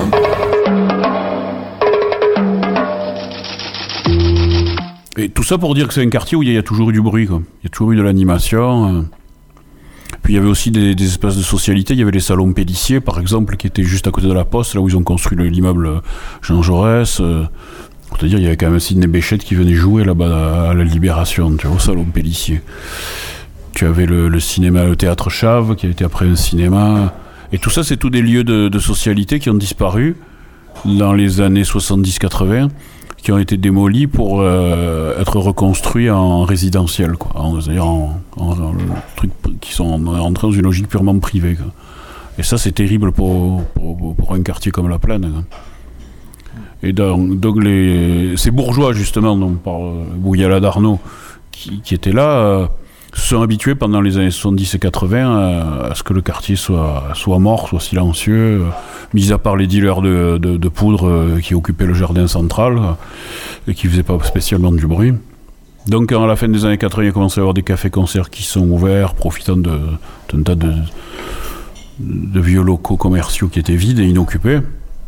[SPEAKER 24] Et tout ça pour dire que c'est un quartier où il y a toujours eu du bruit, quoi. Il y a toujours eu de l'animation. Puis il y avait aussi des, des espaces de socialité. Il y avait les salons Pélissier, par exemple, qui étaient juste à côté de la Poste, là où ils ont construit l'immeuble Jean Jaurès. Pour te dire, il y avait quand même Sidney Bechet qui venait jouer là-bas à la Libération, tu vois, au salon Pélissier. Tu avais le, le cinéma, le théâtre Chave, qui a été après un cinéma. Et tout ça, c'est tous des lieux de, de socialité qui ont disparu dans les années soixante-dix quatre-vingts, qui ont été démolis pour euh, être reconstruits en résidentiel, quoi. En, c'est-à-dire en, en, en, trucs qui sont entrés dans une logique purement privée, quoi. Et ça, c'est terrible pour, pour, pour un quartier comme La Plaine, quoi. Et donc, donc les, ces bourgeois, justement, dont par Bouyala d'Arnaud, qui, qui étaient là, euh, se sont habitués pendant les années soixante-dix et quatre-vingts à, à ce que le quartier soit, soit mort, soit silencieux, euh, mis à part les dealers de, de, de poudre euh, qui occupaient le jardin central euh, et qui ne faisaient pas spécialement du bruit. Donc à la fin des années quatre-vingts, il a commencé à y avoir des cafés-concerts qui sont ouverts, profitant de, d'un tas de, de vieux locaux commerciaux qui étaient vides et inoccupés.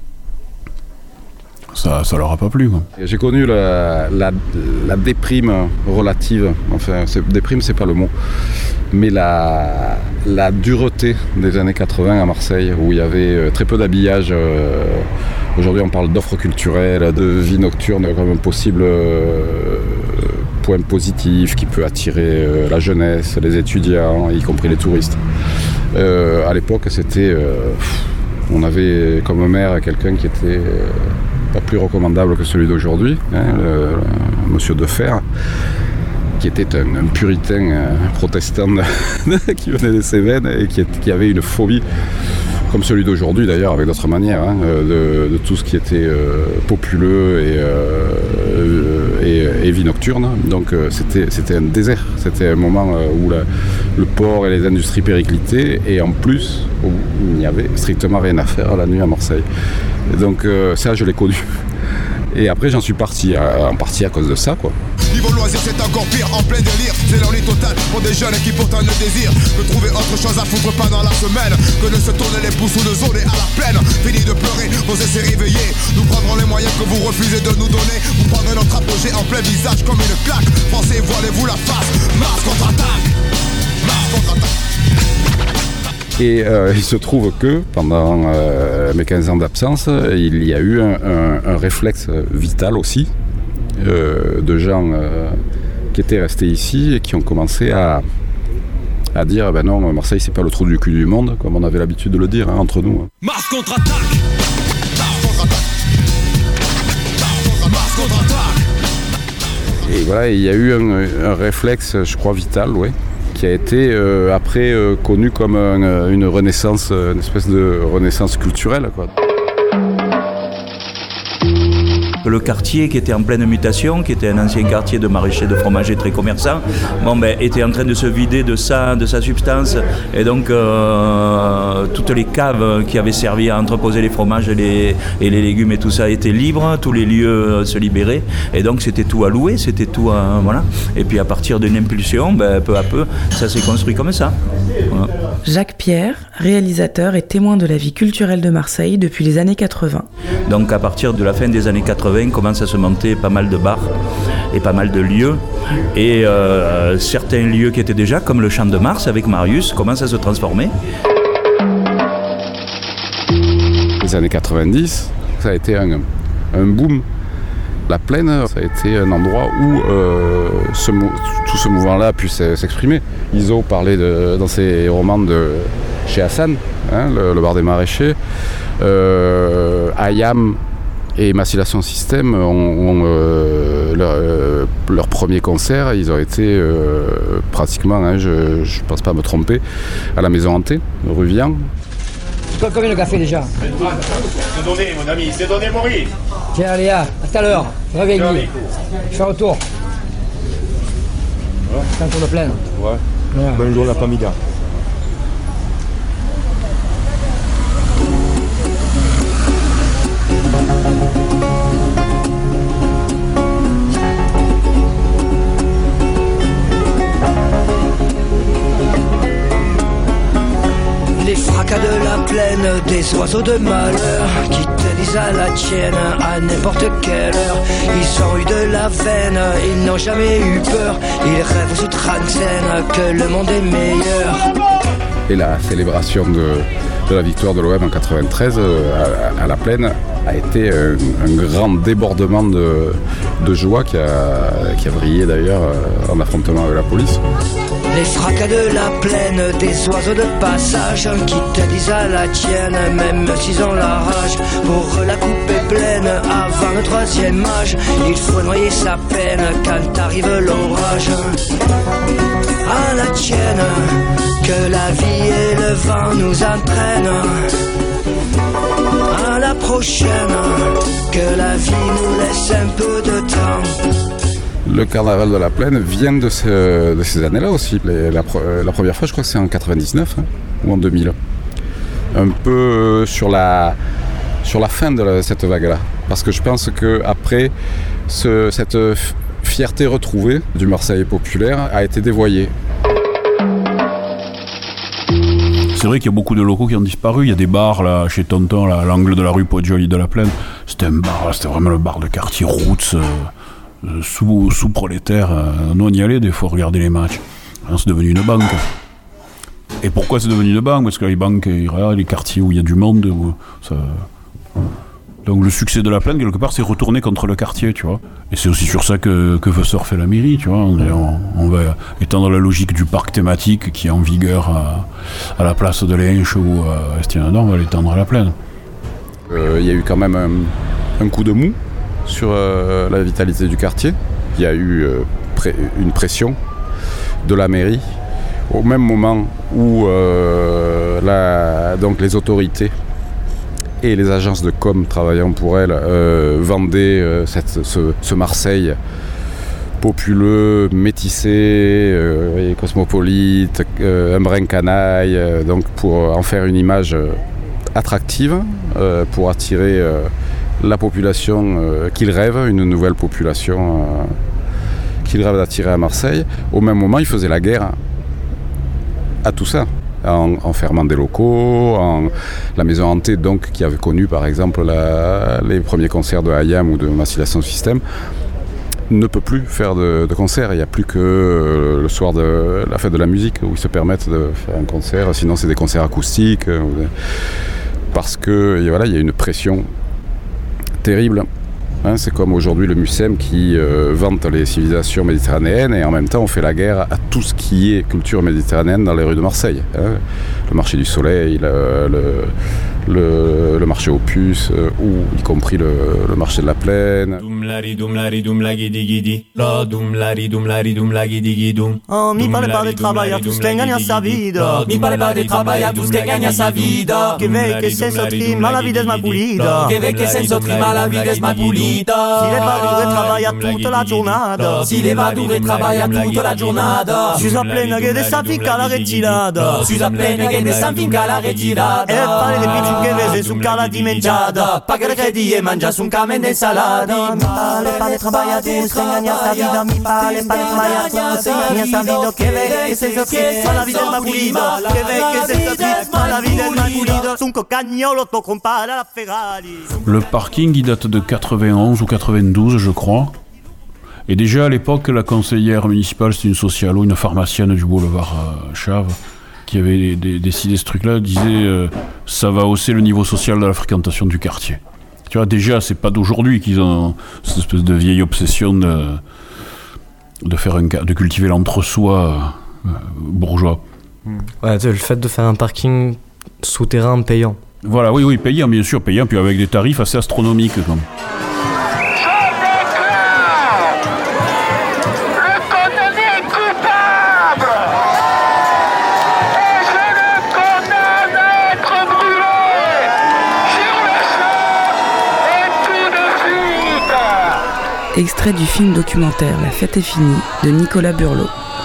[SPEAKER 24] Ça, ça leur a pas plu, quoi.
[SPEAKER 11] J'ai connu la, la, la déprime relative, enfin c'est, déprime c'est pas le mot, mais la, la dureté des années quatre-vingts à Marseille, où il y avait très peu d'habillage. Euh, aujourd'hui on parle d'offres culturelles, de vie nocturne comme un possible euh, point positif qui peut attirer euh, la jeunesse, les étudiants, y compris les touristes. Euh, à l'époque c'était... Euh, on avait comme maire quelqu'un qui était... Euh, pas plus recommandable que celui d'aujourd'hui, hein, le, le monsieur Defer, qui était un, un puritain euh, protestant qui venait des Cévennes et qui, qui avait une phobie, comme celui d'aujourd'hui d'ailleurs, avec d'autres manières, hein, de, de tout ce qui était euh, populeux et, euh, et, et vie nocturne. Donc euh, c'était, c'était un désert, c'était un moment euh, où la, le port et les industries périclitaient, et en plus où il n'y avait strictement rien à faire la nuit à Marseille. Et donc euh, ça je l'ai connu. Et après j'en suis parti, en partie à cause de ça, quoi.
[SPEAKER 1] Niveau loisir c'est encore pire, en plein délire. C'est l'ennui total pour des jeunes qui pourtant le désirent. De trouver autre chose à foutre pas dans la semaine que de se tourner les pouces ou de zoner à la plaine. Fini de pleurer, vos essais réveillés. Nous prendrons les moyens que vous refusez de nous donner. Vous prendrez notre apogée en plein visage comme une claque. Français, voilez-vous la face, Mars contre-attaque. Mars contre-attaque.
[SPEAKER 11] Et euh, il se trouve que pendant euh, mes quinze ans d'absence, il y a eu un, un, un réflexe vital aussi euh, de gens euh, qui étaient restés ici et qui ont commencé à, à dire ben non, Marseille c'est pas le trou du cul du monde, comme on avait l'habitude de le dire, hein, entre nous.
[SPEAKER 1] Mars contre-attaque. Mars contre-attaque. Mars contre-attaque.
[SPEAKER 11] Et voilà, il y a eu un, un réflexe, je crois, vital, ouais, qui a été euh, après euh, connu comme un, une renaissance, une espèce de renaissance culturelle, quoi.
[SPEAKER 5] Le quartier qui était en pleine mutation, qui était un ancien quartier de maraîchers, de fromagers très commerçants, bon, ben, était en train de se vider de sa, de sa substance, et donc euh, toutes les caves qui avaient servi à entreposer les fromages et les, et les légumes et tout ça étaient libres, tous les lieux se libéraient, et donc c'était tout à louer, c'était tout à, voilà. Et puis à partir d'une impulsion, ben, peu à peu, ça s'est construit comme ça. Voilà.
[SPEAKER 4] Jacques Pierre, réalisateur et témoin de la vie culturelle de Marseille depuis les années quatre-vingts.
[SPEAKER 5] Donc à partir de la fin des années quatre-vingts, commence à se monter pas mal de bars et pas mal de lieux. Et euh, certains lieux qui étaient déjà, comme le Champ de Mars avec Marius, commencent à se transformer.
[SPEAKER 11] Les années quatre-vingt-dix, ça a été un, un boom. La Plaine, ça a été un endroit où euh, ce, tout ce mouvement-là a pu s'exprimer. Iso parlait de, dans ses romans de chez Hassan, hein, le, le bar des maraîchers. Euh, Ayam et Macillation System ont, ont euh, leur, euh, leur premier concert, ils ont été euh, pratiquement, hein, je ne pense pas me tromper, à la Maison Hantée, rue Vian.
[SPEAKER 18] Combien de café déjà?
[SPEAKER 21] C'est donné, mon ami, c'est donné, Maurice.
[SPEAKER 18] Tiens, Léa, à tout à l'heure, réveille-nous. Je fais un retour.
[SPEAKER 21] Ouais.
[SPEAKER 18] C'est un tour de plaine.
[SPEAKER 21] Ouais. Ouais. Bonne journée, la famille.
[SPEAKER 19] Les fracas de la plaine, des oiseaux de malheur qui te disent à la tienne à n'importe quelle heure. Ils ont eu de la veine, ils n'ont jamais eu peur. Ils rêvent sous trentaine que le monde est meilleur.
[SPEAKER 11] Et la célébration de, de la victoire de l'O M en quatre-vingt-treize euh, à, à la Plaine a été un, un grand débordement de, de joie qui a, qui a brillé d'ailleurs en affrontement avec la police.
[SPEAKER 19] Les fracas de la plaine, des oiseaux de passage qui te disent à la tienne, même s'ils ont la rage. Pour la couper pleine avant le troisième âge, il faut noyer sa peine quand arrive l'orage. À la tienne, que la vie et le vent nous entraînent. À la prochaine, que la vie nous laisse un peu de temps.
[SPEAKER 11] Le carnaval de la Plaine vient de, ce, de ces années-là aussi. Les, la, la première fois, je crois que c'est en quatre-vingt-dix-neuf hein, ou en deux mille. Un peu sur la, sur la fin de la, cette vague-là. Parce que je pense qu'après, ce, cette fierté retrouvée du Marseille populaire a été dévoyée.
[SPEAKER 24] C'est vrai qu'il y a beaucoup de locaux qui ont disparu. Il y a des bars là, chez Tonton, là, à l'angle de la rue Pointe-Jolie de la Plaine. C'était un bar, c'était vraiment le bar de quartier Roots, euh, sous, sous prolétaire. Euh, nous on y allait des fois regarder les matchs. Alors, c'est devenu une banque. Et pourquoi c'est devenu une banque ? Parce que les banques, les quartiers où il y a du monde, où ça... Donc le succès de la Plaine, quelque part, c'est retourné contre le quartier, tu vois. Et c'est aussi sur ça que, que veut surfer la mairie, tu vois. On, on va étendre la logique du parc thématique qui est en vigueur à, à la place de l'Inche ou à Estienne-Adam, on va l'étendre à la Plaine.
[SPEAKER 11] Il euh, y a eu quand même un, un coup de mou sur euh, la vitalité du quartier. Il y a eu euh, pré- une pression de la mairie au même moment où euh, la, donc les autorités et les agences de com travaillant pour elle euh, vendaient euh, cette, ce, ce Marseille populeux, métissé, euh, et cosmopolite, euh, un brin canaille, euh, donc pour en faire une image euh, attractive, euh, pour attirer euh, la population euh, qu'ils rêvent, une nouvelle population euh, qu'ils rêvent d'attirer à Marseille. Au même moment, ils faisaient la guerre à tout ça. En, en fermant des locaux, en la maison hantée donc qui avait connu par exemple la, les premiers concerts de Hayam ou de Massilia Sound System ne peut plus faire de, de concerts. Il n'y a plus que euh, le soir de la fête de la musique où ils se permettent de faire un concert, sinon c'est des concerts acoustiques euh, parce que et voilà, il y a une pression terrible. Hein, c'est comme aujourd'hui le MUSEM qui euh, vante les civilisations méditerranéennes et en même temps on fait la guerre à tout ce qui est culture méditerranéenne dans les rues de Marseille. Hein. Le marché du soleil, le, le, le, le marché aux puces, euh, ou y compris le, le marché de la Plaine.
[SPEAKER 6] Oh, mi parle pas de travail à tous qui gagnent sa vie. Mi parle pas de travail à tous qui gagnent sa vie. Que ve que senso trima la vida es más pulida. Que ve que senso trima la vida es más pulida. Si le va dure travailla tutta la giornata. Si le va dure travailla tutta la giornata. Susa plena che de sa finca la retirata. Susa plena che de sa finca la retirata. E fare le pizze che vese su cala dimengiata. Pagare credi e mangia su un camion de salada. Mi parle pas de travail à tous qui gagnent sa vida. Mi parle pas de travail à tous qui gagnent sa vida. Que ve que senso trima la vida es más pulida. Que ve que senso trima la vida es más pulida. Su un cocagnolo to compara la Ferrari.
[SPEAKER 24] Le parking il date de quatre-vingt-onze ou quatre-vingt-douze je crois. Et déjà à l'époque la conseillère municipale c'était une socialo, une pharmacienne du boulevard euh, Chave qui avait décidé ce truc là, disait euh, ça va hausser le niveau social de la fréquentation du quartier. Tu vois déjà c'est pas d'aujourd'hui qu'ils ont cette espèce de vieille obsession de, de, faire un, de cultiver l'entre-soi euh, bourgeois.
[SPEAKER 8] Ouais, le fait de faire un parking souterrain payant.
[SPEAKER 24] Voilà, oui, oui, payant, bien sûr, payant, puis avec des tarifs assez astronomiques, comme.
[SPEAKER 4] Extrait du film documentaire La fête est finie de Nicolas Burlot.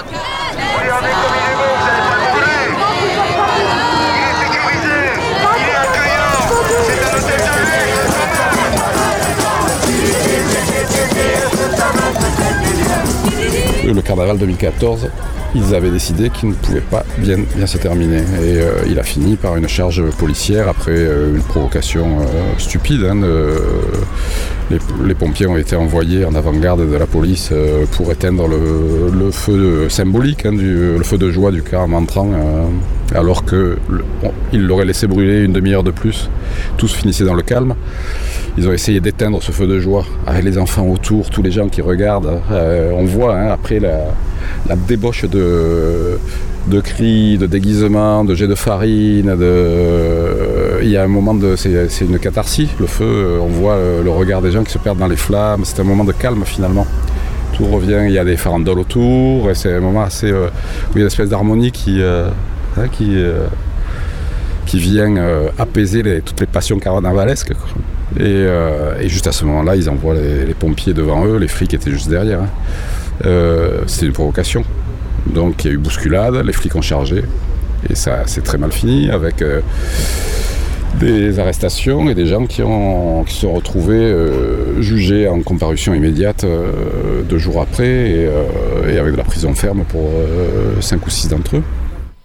[SPEAKER 11] Le carnaval deux mille quatorze, ils avaient décidé qu'il ne pouvait pas bien, bien se terminer. Et euh, il a fini par une charge policière après euh, une provocation euh, stupide. Hein, de, les, les pompiers ont été envoyés en avant-garde de la police euh, pour éteindre le, le feu de, symbolique, hein, du, le feu de joie du carme entrant, euh, alors qu'ils l'auraient laissé brûler une demi-heure de plus. Tous finissaient dans le calme. Ils ont essayé d'éteindre ce feu de joie avec les enfants autour, tous les gens qui regardent. Euh, on voit hein, après la, la débauche de, de cris, de déguisements, de jets de farine. De, euh, il y a un moment de... C'est, c'est une catharsis, le feu. On voit le, le regard des gens qui se perdent dans les flammes. C'est un moment de calme finalement. Tout revient, il y a des farandoles autour. Et c'est un moment assez... Euh, où il y a une espèce d'harmonie qui... Euh, hein, qui euh, qui vient euh, apaiser les, toutes les passions carnavalesques. Quoi. Et, euh, et juste à ce moment-là, ils envoient les, les pompiers devant eux, les flics étaient juste derrière. Hein. Euh, c'était une provocation. Donc il y a eu bousculade, les flics ont chargé, et ça s'est très mal fini avec euh, des arrestations et des gens qui, ont, qui se sont retrouvés euh, jugés en comparution immédiate euh, deux jours après, et, euh, et avec de la prison ferme pour euh, cinq ou six d'entre eux.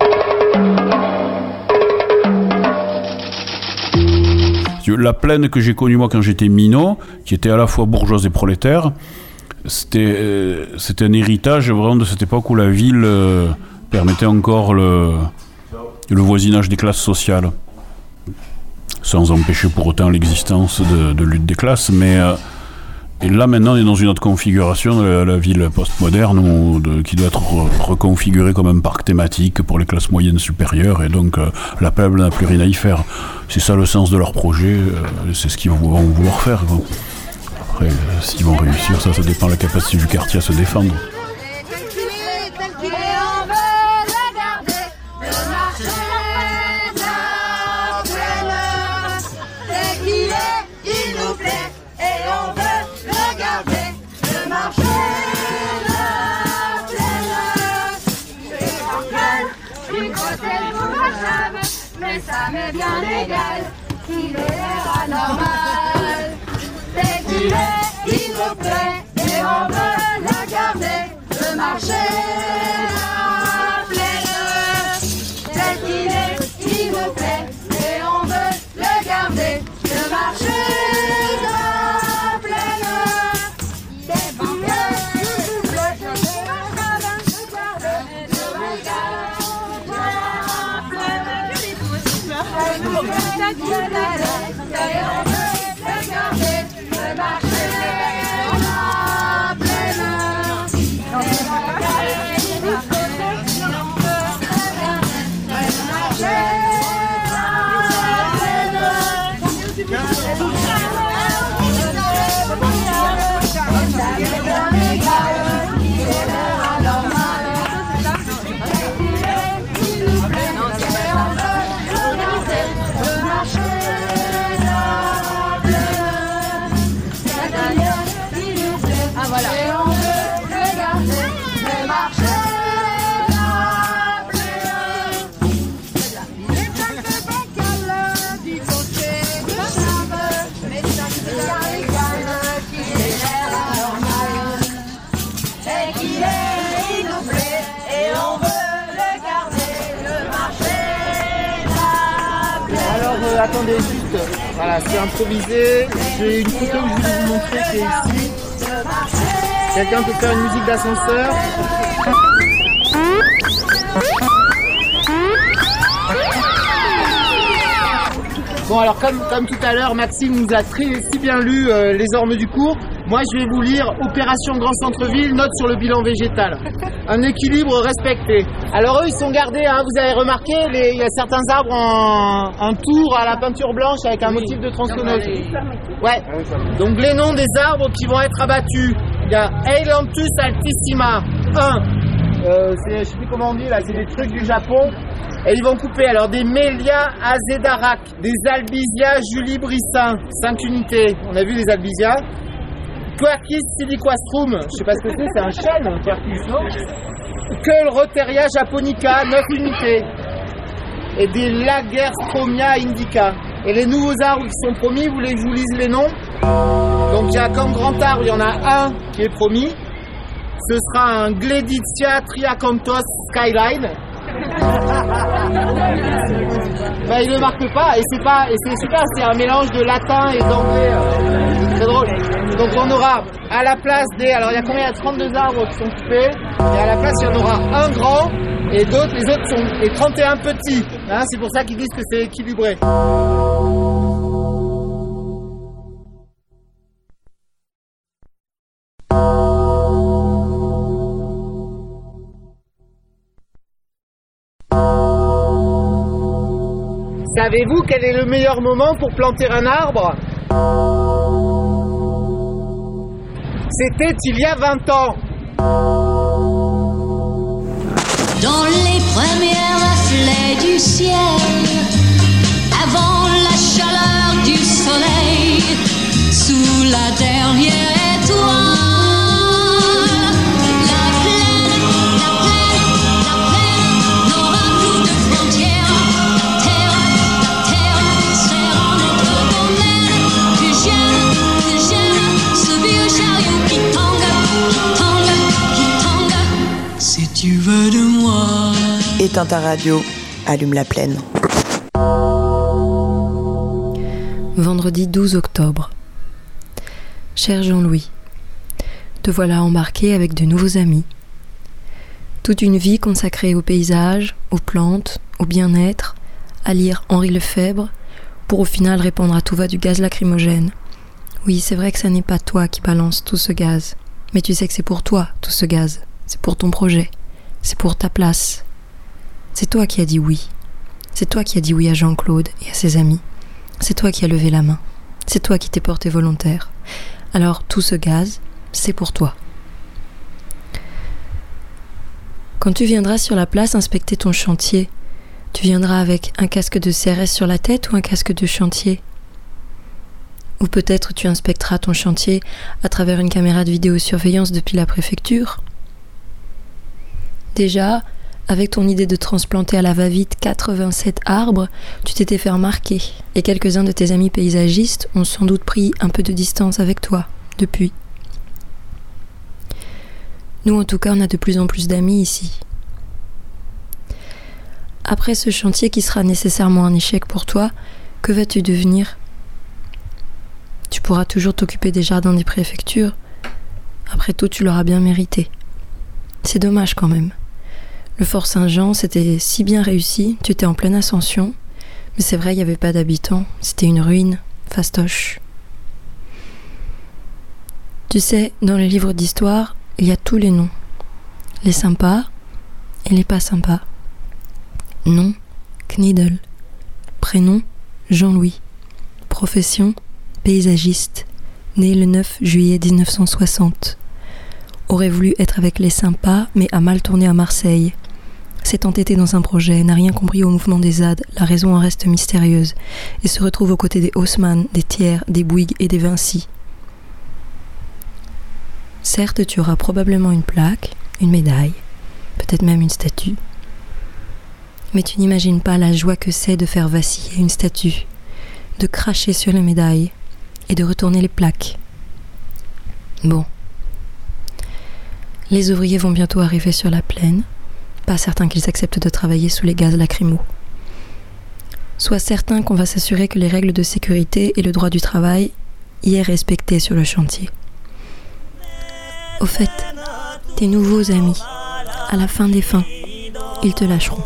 [SPEAKER 24] La plaine que j'ai connue moi quand j'étais minot, qui était à la fois bourgeoise et prolétaire, c'était, euh, c'était un héritage vraiment de cette époque où la ville euh, permettait encore le, le voisinage des classes sociales, sans empêcher pour autant l'existence de, de lutte des classes. Mais euh, et là maintenant on est dans une autre configuration de la, la ville postmoderne où, de, qui doit être re, reconfigurée comme un parc thématique pour les classes moyennes supérieures, et donc euh, la peuple n'a plus rien à y faire. C'est ça le sens de leur projet, euh, c'est ce qu'ils vont, vont vouloir faire, quoi. Après, euh, s'ils vont réussir, ça, ça dépend de la capacité du quartier à se défendre.
[SPEAKER 9] Ça m'est bien égal, il est l'air anormal. Dès qu'il est, il nous plaît, et on veut le garder, le marché la plaine. Dès qu'il est, il nous plaît, et on veut le garder, le marché la plaine. Dès qu'il est, il nous plaît, et on veut le garder, le garder.
[SPEAKER 2] Attendez juste, voilà, c'est improvisé. J'ai une photo que je voulais vous montrer qui est ici. Quelqu'un peut faire une musique d'ascenseur. Bon alors comme, comme tout à l'heure, Maxime nous a très si bien lu euh, les ormes du cours. Moi je vais vous lire Opération Grand Centre-Ville, note sur le bilan végétal. Un équilibre respecté. Alors eux ils sont gardés, hein, vous avez remarqué, les, il y a certains arbres en, en tour à la peinture blanche avec un motif de tronçonneuse. Ouais. Donc les noms des arbres qui vont être abattus. Il y a Ailanthus altissima, un. Euh, c'est, je sais plus comment on dit là, c'est des trucs du Japon. Et ils vont couper alors des Melia azedarac, des Albizia julibrissin, cinq unités. On a vu les Albizia. Quercus siliquastrum, je sais pas ce que c'est, c'est un chêne, un Quercus, non? Keulroteria japonica, neuf unités. Et des Lagerstromia indica. Et les nouveaux arbres qui sont promis, vous voulez que je vous lise les noms? Donc il y a comme grand arbre, il y en a un qui est promis. Ce sera un Gleditia triacanthos skyline. Bah il ne marque pas et c'est pas et c'est super, c'est un mélange de latin et d'anglais, euh, c'est très drôle. Donc on aura à la place des, alors il y a combien? Il y a trente-deux arbres qui sont coupés et à la place il y en aura un grand et d'autres, les autres sont les trente et un petits, hein, c'est pour ça qu'ils disent que c'est équilibré. Savez-vous quel est le meilleur moment pour planter un arbre? C'était il y a vingt ans.
[SPEAKER 9] Dans les premiers reflets du ciel,
[SPEAKER 7] éteins ta radio, allume la plaine.
[SPEAKER 10] Vendredi douze octobre. Cher Jean-Louis, te voilà embarqué avec de nouveaux amis. Toute une vie consacrée au paysage, aux plantes, au bien-être, à lire Henri Lefebvre, pour au final répandre à tout va du gaz lacrymogène. Oui, c'est vrai que ça n'est pas toi qui balance tout ce gaz, mais tu sais que c'est pour toi tout ce gaz, c'est pour ton projet, c'est pour ta place. C'est toi qui as dit oui. C'est toi qui as dit oui à Jean-Claude et à ses amis. C'est toi qui as levé la main. C'est toi qui t'es porté volontaire. Alors tout ce gaz, c'est pour toi. Quand tu viendras sur la place inspecter ton chantier, tu viendras avec un casque de C R S sur la tête ou un casque de chantier? Ou peut-être tu inspecteras ton chantier à travers une caméra de vidéosurveillance depuis la préfecture? Déjà, avec ton idée de transplanter à la va-vite quatre-vingt-sept arbres, tu t'étais fait remarquer, et quelques-uns de tes amis paysagistes ont sans doute pris un peu de distance avec toi, depuis. Nous, en tout cas, on a de plus en plus d'amis ici. Après ce chantier qui sera nécessairement un échec pour toi, que vas-tu devenir? Tu pourras toujours t'occuper des jardins des préfectures. Après tout, tu l'auras bien mérité. C'est dommage quand même. Le Fort Saint-Jean, c'était si bien réussi, tu étais en pleine ascension, mais c'est vrai, il n'y avait pas d'habitants, c'était une ruine, fastoche. Tu sais, dans les livres d'histoire, il y a tous les noms. Les sympas et les pas sympas. Nom, Kniedel. Prénom, Jean-Louis. Profession, paysagiste. Né le neuf juillet dix-neuf cent soixante. Aurait voulu être avec les sympas, mais a mal tourné à Marseille. S'est entêté dans un projet, n'a rien compris au mouvement des Z A D, la raison en reste mystérieuse, et se retrouve aux côtés des Haussmann, des Thiers, des Bouygues et des Vinci. Certes, tu auras probablement une plaque, une médaille, peut-être même une statue. Mais tu n'imagines pas la joie que c'est de faire vaciller une statue, de cracher sur les médailles et de retourner les plaques. Bon. Les ouvriers vont bientôt arriver sur la plaine. Pas certain qu'ils acceptent de travailler sous les gaz lacrymaux. Sois certain qu'on va s'assurer que les règles de sécurité et le droit du travail y est respecté sur le chantier. Au fait, tes nouveaux amis, à la fin des fins, ils te lâcheront.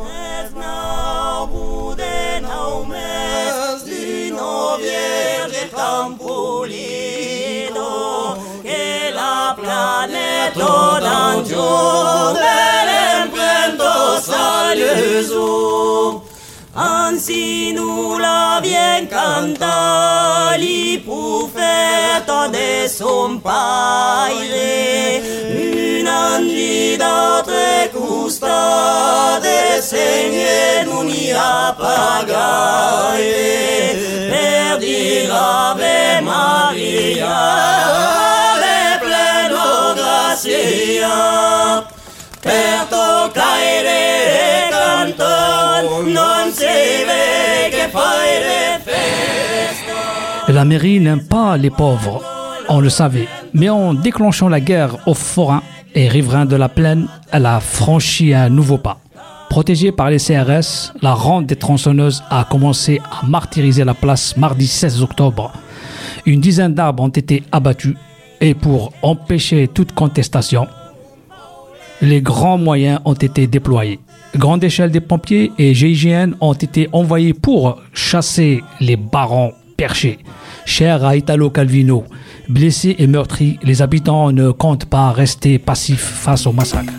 [SPEAKER 6] Anzi nous la vien canta li profeta de son paire une anni d'altre custa de segne non y a pagaie per dire Ave Maria le pleno grazia per toccare canton non si vede che fare festa.
[SPEAKER 18] La mairie n'aime pas les pauvres, on le savait. Mais en déclenchant la guerre aux forains et riverains de la plaine, elle a franchi un nouveau pas. Protégée par les C R S, la ronde des tronçonneuses a commencé à martyriser la place mardi seize octobre. Une dizaine d'arbres ont été abattus et pour empêcher toute contestation, les grands moyens ont été déployés. Grande échelle des pompiers et G I G N ont été envoyés pour chasser les barons perchés. Chers à Italo Calvino, blessés et meurtris, les habitants ne comptent pas rester passifs face au massacre.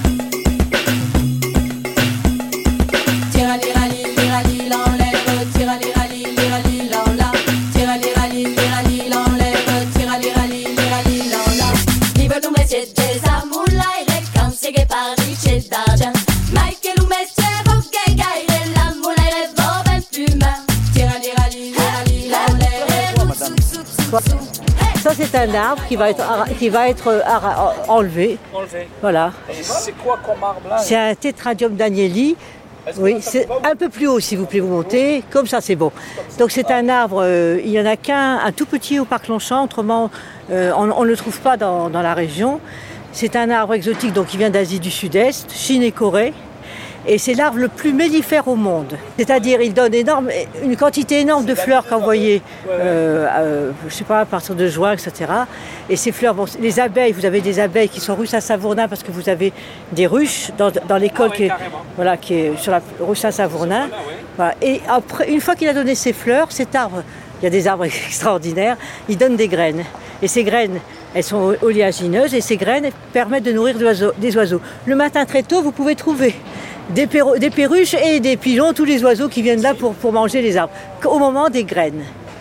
[SPEAKER 13] Ça, c'est un arbre qui va être, qui va être enlevé. Enlevé. Voilà.
[SPEAKER 18] Et c'est quoi comme arbre là?
[SPEAKER 13] C'est un Tetradium danieli. Oui, c'est un peu plus haut, s'il vous plaît, vous montez. Comme ça, c'est bon. Donc, c'est un arbre, euh, il n'y en a qu'un, un tout petit au parc Longchamp. Autrement, euh, on ne le trouve pas dans, dans la région. C'est un arbre exotique, donc il vient d'Asie du Sud-Est, Chine et Corée. Et c'est l'arbre le plus mellifère au monde. C'est-à-dire, il donne énorme, une quantité énorme de fleurs quand vous voyez, euh, euh, je ne sais pas, à partir de juin, et cetera. Et ces fleurs, bon, les abeilles, vous avez des abeilles qui sont rue Saint-Savournin parce que vous avez des ruches dans, dans l'école ah oui, qui, est, voilà, qui est sur la rue Saint-Savournin. Voilà. Et après, une fois qu'il a donné ses fleurs, cet arbre, il y a des arbres extraordinaires, il donne des graines. Et ces graines, elles sont oléagineuses et ces graines permettent de nourrir des oiseaux. Le matin très tôt, vous pouvez trouver Des, perru- des perruches et des pigeons, tous les oiseaux qui viennent là pour, pour manger les arbres, au moment des graines.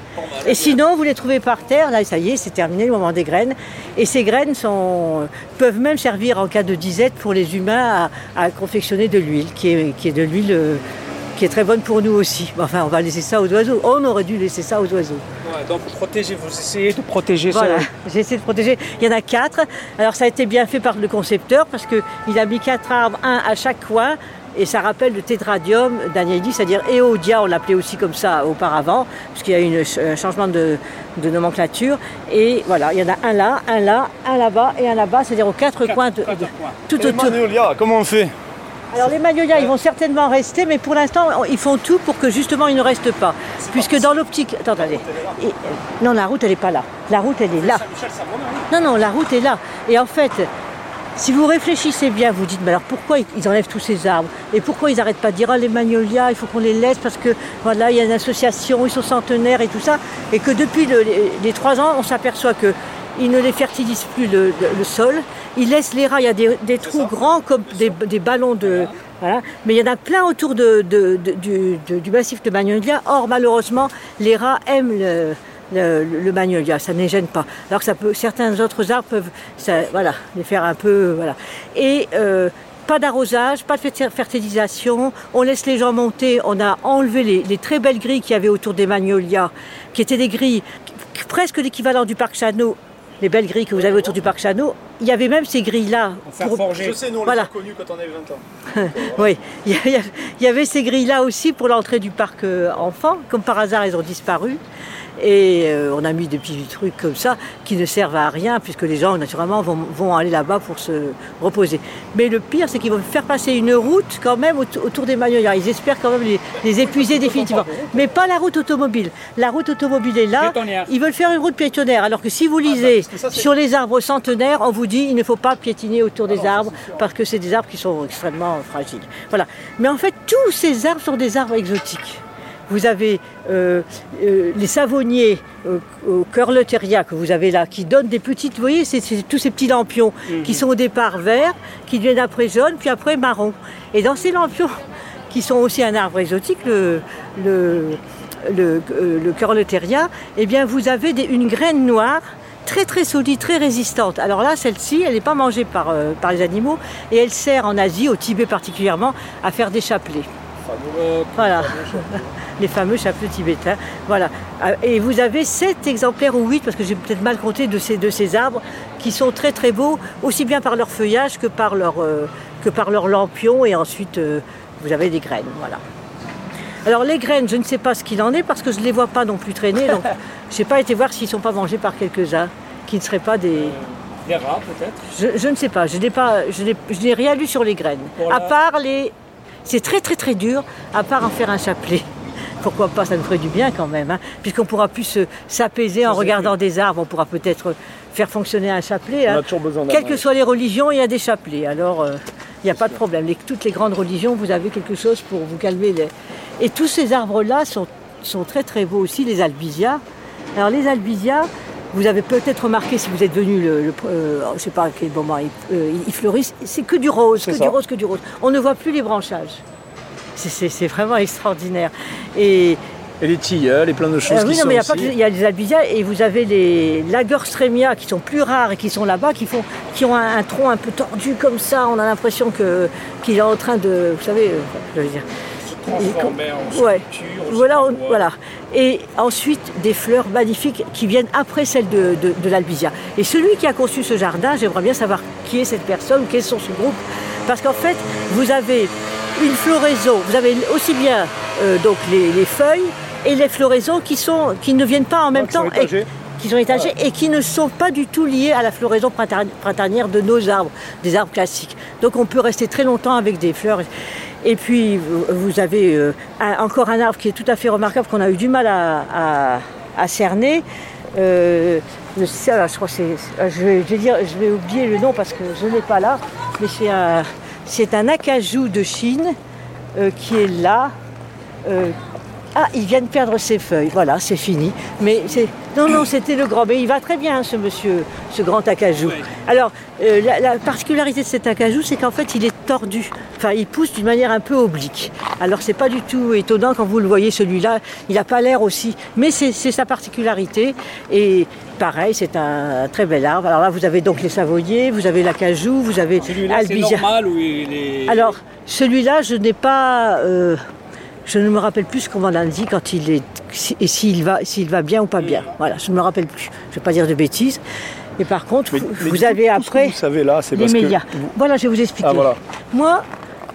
[SPEAKER 13] Et sinon, vous les trouvez par terre, là ça y est, c'est terminé le moment des graines. Et ces graines sont, peuvent même servir en cas de disette pour les humains à, à confectionner de l'huile, qui est, qui est de l'huile euh, qui est très bonne pour nous aussi. Enfin, on va laisser ça aux oiseaux. On aurait dû laisser ça aux oiseaux.
[SPEAKER 2] Ouais, donc protéger, vous essayez de protéger
[SPEAKER 13] voilà,
[SPEAKER 2] ça.
[SPEAKER 13] J'ai essayé de protéger. Il y en a quatre. Alors ça a été bien fait par le concepteur parce qu'il a mis quatre arbres, un à chaque coin. Et ça rappelle le tétradium d'Agnelli, c'est-à-dire Eodia, on l'appelait aussi comme ça auparavant, parce qu'il y a eu un changement de, de nomenclature. Et voilà, il y en a un là, un là, un là-bas et un là-bas, c'est-à-dire aux quatre, quatre coins de, de tout
[SPEAKER 21] et
[SPEAKER 13] autour.
[SPEAKER 21] Les magnolias, comment on fait?
[SPEAKER 13] Alors les magnolias, ils vont certainement rester, mais pour l'instant, ils font tout pour que justement ils ne restent pas. Puisque dans l'optique... Attends, attendez. Et, non, la route, elle n'est pas là. La route, elle est là. Non, non, la route est là. Et en fait... Si vous réfléchissez bien, vous dites, mais alors pourquoi ils enlèvent tous ces arbres? Et pourquoi ils n'arrêtent pas de dire, ah, les magnolias, il faut qu'on les laisse parce que voilà, il y a une association, ils sont centenaires et tout ça. Et que depuis le, les, les trois ans, on s'aperçoit qu'ils ne les fertilisent plus le, le, le sol. Ils laissent les rats, il y a des, des trous grands comme des, des ballons de... Voilà. Mais il y en a plein autour de, de, de, du, de, du massif de magnolia. Or, malheureusement, les rats aiment le... Le, le magnolia, ça ne les gêne pas. Alors que ça peut, certains autres arbres peuvent ça, voilà, les faire un peu... Voilà. Et euh, pas d'arrosage, pas de fertilisation, on laisse les gens monter, on a enlevé les, les très belles grilles qu'il y avait autour des magnolias, qui étaient des grilles presque l'équivalent du parc Chano, les belles grilles que vous avez autour du parc Chano. Il y avait même ces grilles-là.
[SPEAKER 21] Pour... Je sais, nous on
[SPEAKER 13] voilà.
[SPEAKER 21] les a connues quand on avait vingt ans.
[SPEAKER 13] Oui, il y avait ces grilles-là aussi pour l'entrée du parc enfant. Comme par hasard, elles ont disparu. Et euh, on a mis des petits trucs comme ça qui ne servent à rien puisque les gens naturellement vont, vont aller là-bas pour se reposer. Mais le pire, c'est qu'ils vont faire passer une route quand même autour des magnolias. Ils espèrent quand même les, les épuiser définitivement. Mais pas la route automobile. La route automobile est là. Ils veulent faire une route piétonnière. Alors que si vous lisez ah, ça, sur les arbres centenaires, on vous dit il ne faut pas piétiner autour des arbres parce que c'est des arbres qui sont extrêmement fragiles. Voilà. Mais en fait, tous ces arbres sont des arbres exotiques. Vous avez euh, euh, les savonniers euh, au Curleteria que vous avez là, qui donnent des petites, vous voyez, c'est, c'est tous ces petits lampions mmh. qui sont au départ verts, qui deviennent après jaunes, puis après marron. Et dans ces lampions, qui sont aussi un arbre exotique, le, le, le, euh, le Curleteria, eh bien vous avez des, une graine noire très très solide, très résistante. Alors là, celle-ci, elle n'est pas mangée par, euh, par les animaux, et elle sert en Asie, au Tibet particulièrement, à faire des chapelets. Voilà, les fameux chapelets tibétains. Voilà. Et vous avez sept exemplaires ou huit, parce que j'ai peut-être mal compté, de ces, de ces arbres qui sont très très beaux, aussi bien par leur feuillage que par leur, euh, que par leur lampion. Et ensuite, euh, vous avez des graines. Voilà. Alors les graines, je ne sais pas ce qu'il en est, parce que je ne les vois pas non plus traîner. Donc je n'ai pas été voir s'ils ne sont pas mangés par quelques-uns, qui ne seraient pas des...
[SPEAKER 2] Des rats peut-être
[SPEAKER 13] je, je ne sais pas, je n'ai, pas, je n'ai, je n'ai rien lu sur les graines. Pour à la... part les... C'est très très très dur, à part en faire un chapelet. Pourquoi pas, ça nous ferait du bien quand même, hein, puisqu'on pourra plus se, s'apaiser ça en regardant fait. Des arbres, on pourra peut-être faire fonctionner un chapelet. Hein. Quelles que soient les religions, il y a des chapelets, alors il euh, n'y a pas de problème. Les, toutes les grandes religions, vous avez quelque chose pour vous calmer. Les... Et tous ces arbres-là sont, sont très très beaux aussi, les albizia. Alors les albizia, vous avez peut-être remarqué si vous êtes venu, le, le, euh, je ne sais pas à quel moment ils, euh, ils fleurissent, c'est que du rose, c'est que ça. du rose, que du rose. On ne voit plus les branchages. C'est, c'est, c'est vraiment extraordinaire. Et,
[SPEAKER 21] et les tilleuls, et plein de choses
[SPEAKER 13] euh, oui,
[SPEAKER 21] qui
[SPEAKER 13] non,
[SPEAKER 21] sont
[SPEAKER 13] mais
[SPEAKER 21] aussi...
[SPEAKER 13] Il y a les albizia et vous avez les Lagerstremia qui sont plus rares et qui sont là-bas, qui, font, qui ont un, un tronc un peu tordu comme ça. On a l'impression que, qu'il est en train de, vous savez, euh, je veux dire...
[SPEAKER 2] transformer en
[SPEAKER 13] ouais.
[SPEAKER 2] sculpture.
[SPEAKER 13] Voilà, on, voilà. Et ensuite, des fleurs magnifiques qui viennent après celles de, de, de l'albizia. Et celui qui a conçu ce jardin, j'aimerais bien savoir qui est cette personne, quels sont ce groupe. Parce qu'en fait, vous avez une floraison, vous avez aussi bien euh, donc les, les feuilles et les floraisons qui, sont, qui ne viennent pas en même temps. Et, qui sont étagés voilà. Et qui ne sont pas du tout liés à la floraison printanière de nos arbres, des arbres classiques. Donc on peut rester très longtemps avec des fleurs. Et puis vous, vous avez euh, un, encore un arbre qui est tout à fait remarquable, qu'on a eu du mal à, à, à cerner. Euh, le, alors, je crois que c'est, je vais, je vais dire, je vais oublier le nom parce que je n'ai pas là, mais c'est un, c'est un acajou de Chine euh, qui est là. Euh, ah, il vient de perdre ses feuilles, voilà, c'est fini. Mais c'est, non, non, c'était le grand, mais il va très bien, ce monsieur, ce grand acajou. Alors, euh, la, la particularité de cet acajou, c'est qu'en fait, il est tordu. Enfin, il pousse d'une manière un peu oblique. Alors, c'est pas du tout étonnant quand vous le voyez, celui-là, il n'a pas l'air aussi. Mais c'est, c'est sa particularité. Et pareil, c'est un, un très bel arbre. Alors là, vous avez donc les savoyers, vous avez l'acajou, vous avez
[SPEAKER 21] celui-là,
[SPEAKER 13] albizia.
[SPEAKER 21] C'est normal ou il est...
[SPEAKER 13] Alors, celui-là, je n'ai pas... Euh, je ne me rappelle plus ce qu'on m'en a dit quand il est... Et s'il va, s'il va bien ou pas bien. Voilà, je ne me rappelle plus. Je ne vais pas dire de bêtises. Et par contre, mais, vous, mais vous avez tout, après...
[SPEAKER 21] Tout ce que vous savez là, c'est
[SPEAKER 13] les
[SPEAKER 21] parce
[SPEAKER 13] médias.
[SPEAKER 21] que...
[SPEAKER 13] Voilà, je vais vous expliquer.
[SPEAKER 21] Ah, voilà.
[SPEAKER 13] Moi,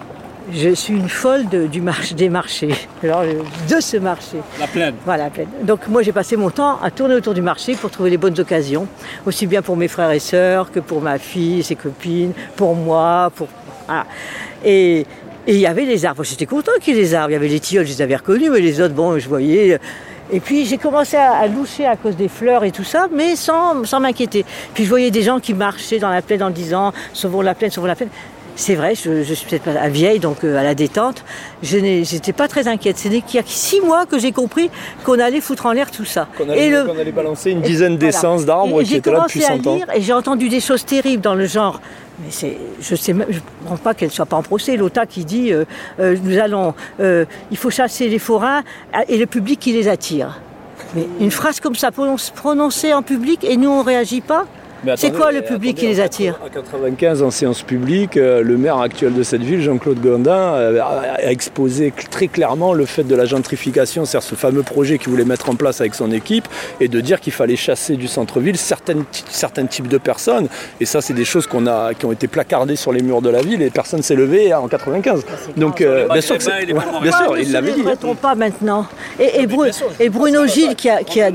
[SPEAKER 13] je suis une folle de, du marché, des marchés. Alors, de ce marché.
[SPEAKER 21] La plaine.
[SPEAKER 13] Voilà, la plaine. Donc moi, j'ai passé mon temps à tourner autour du marché pour trouver les bonnes occasions. Aussi bien pour mes frères et sœurs que pour ma fille, ses copines, pour moi, pour... Voilà. Et... Et il y avait les arbres, j'étais content qu'il y ait les arbres, il y avait les tilleuls, je les avais reconnus, mais les autres, bon, je voyais. Et puis j'ai commencé à, à loucher à cause des fleurs et tout ça, mais sans, sans m'inquiéter. Puis je voyais des gens qui marchaient dans la plaine en disant « sauvons la plaine, sauvons la plaine ». C'est vrai, je, je suis peut-être pas vieille, donc euh, à la détente, je n'étais pas très inquiète. C'est qu'il y a six mois que j'ai compris qu'on allait foutre en l'air tout ça.
[SPEAKER 21] Qu'on allait,
[SPEAKER 13] et le,
[SPEAKER 21] qu'on allait balancer une dizaine d'essences voilà. d'arbres et qui étaient là depuis cent ans.
[SPEAKER 13] Et j'ai entendu des choses terribles dans le genre... Mais c'est, je sais même, je ne comprends pas qu'elle ne soit pas en procès. L'O T A qui dit euh, euh, nous allons, euh, il faut chasser les forains et le public qui les attire. Mais une phrase comme ça prononcée en public et nous on ne réagit pas.
[SPEAKER 21] Mais
[SPEAKER 13] c'est
[SPEAKER 21] attendez,
[SPEAKER 13] quoi le public
[SPEAKER 21] attendez,
[SPEAKER 13] qui les attire?
[SPEAKER 21] En quatre-vingt-quinze, en séance publique, euh, le maire actuel de cette ville, Jean-Claude Gondin, euh, a, a exposé très clairement le fait de la gentrification, c'est-à-dire ce fameux projet qu'il voulait mettre en place avec son équipe, et de dire qu'il fallait chasser du centre-ville certaines, certains types de personnes. Et ça, c'est des choses qu'on a, qui ont été placardées sur les murs de la ville, et personne ne s'est levé en quatre-vingt-quinze. Donc, euh, bien sûr, que c'est, ouais, bien sûr, il l'avait dit.
[SPEAKER 13] Ne le pas maintenant. Et, et, Bru, et Bruno Gilles qui a... Qui a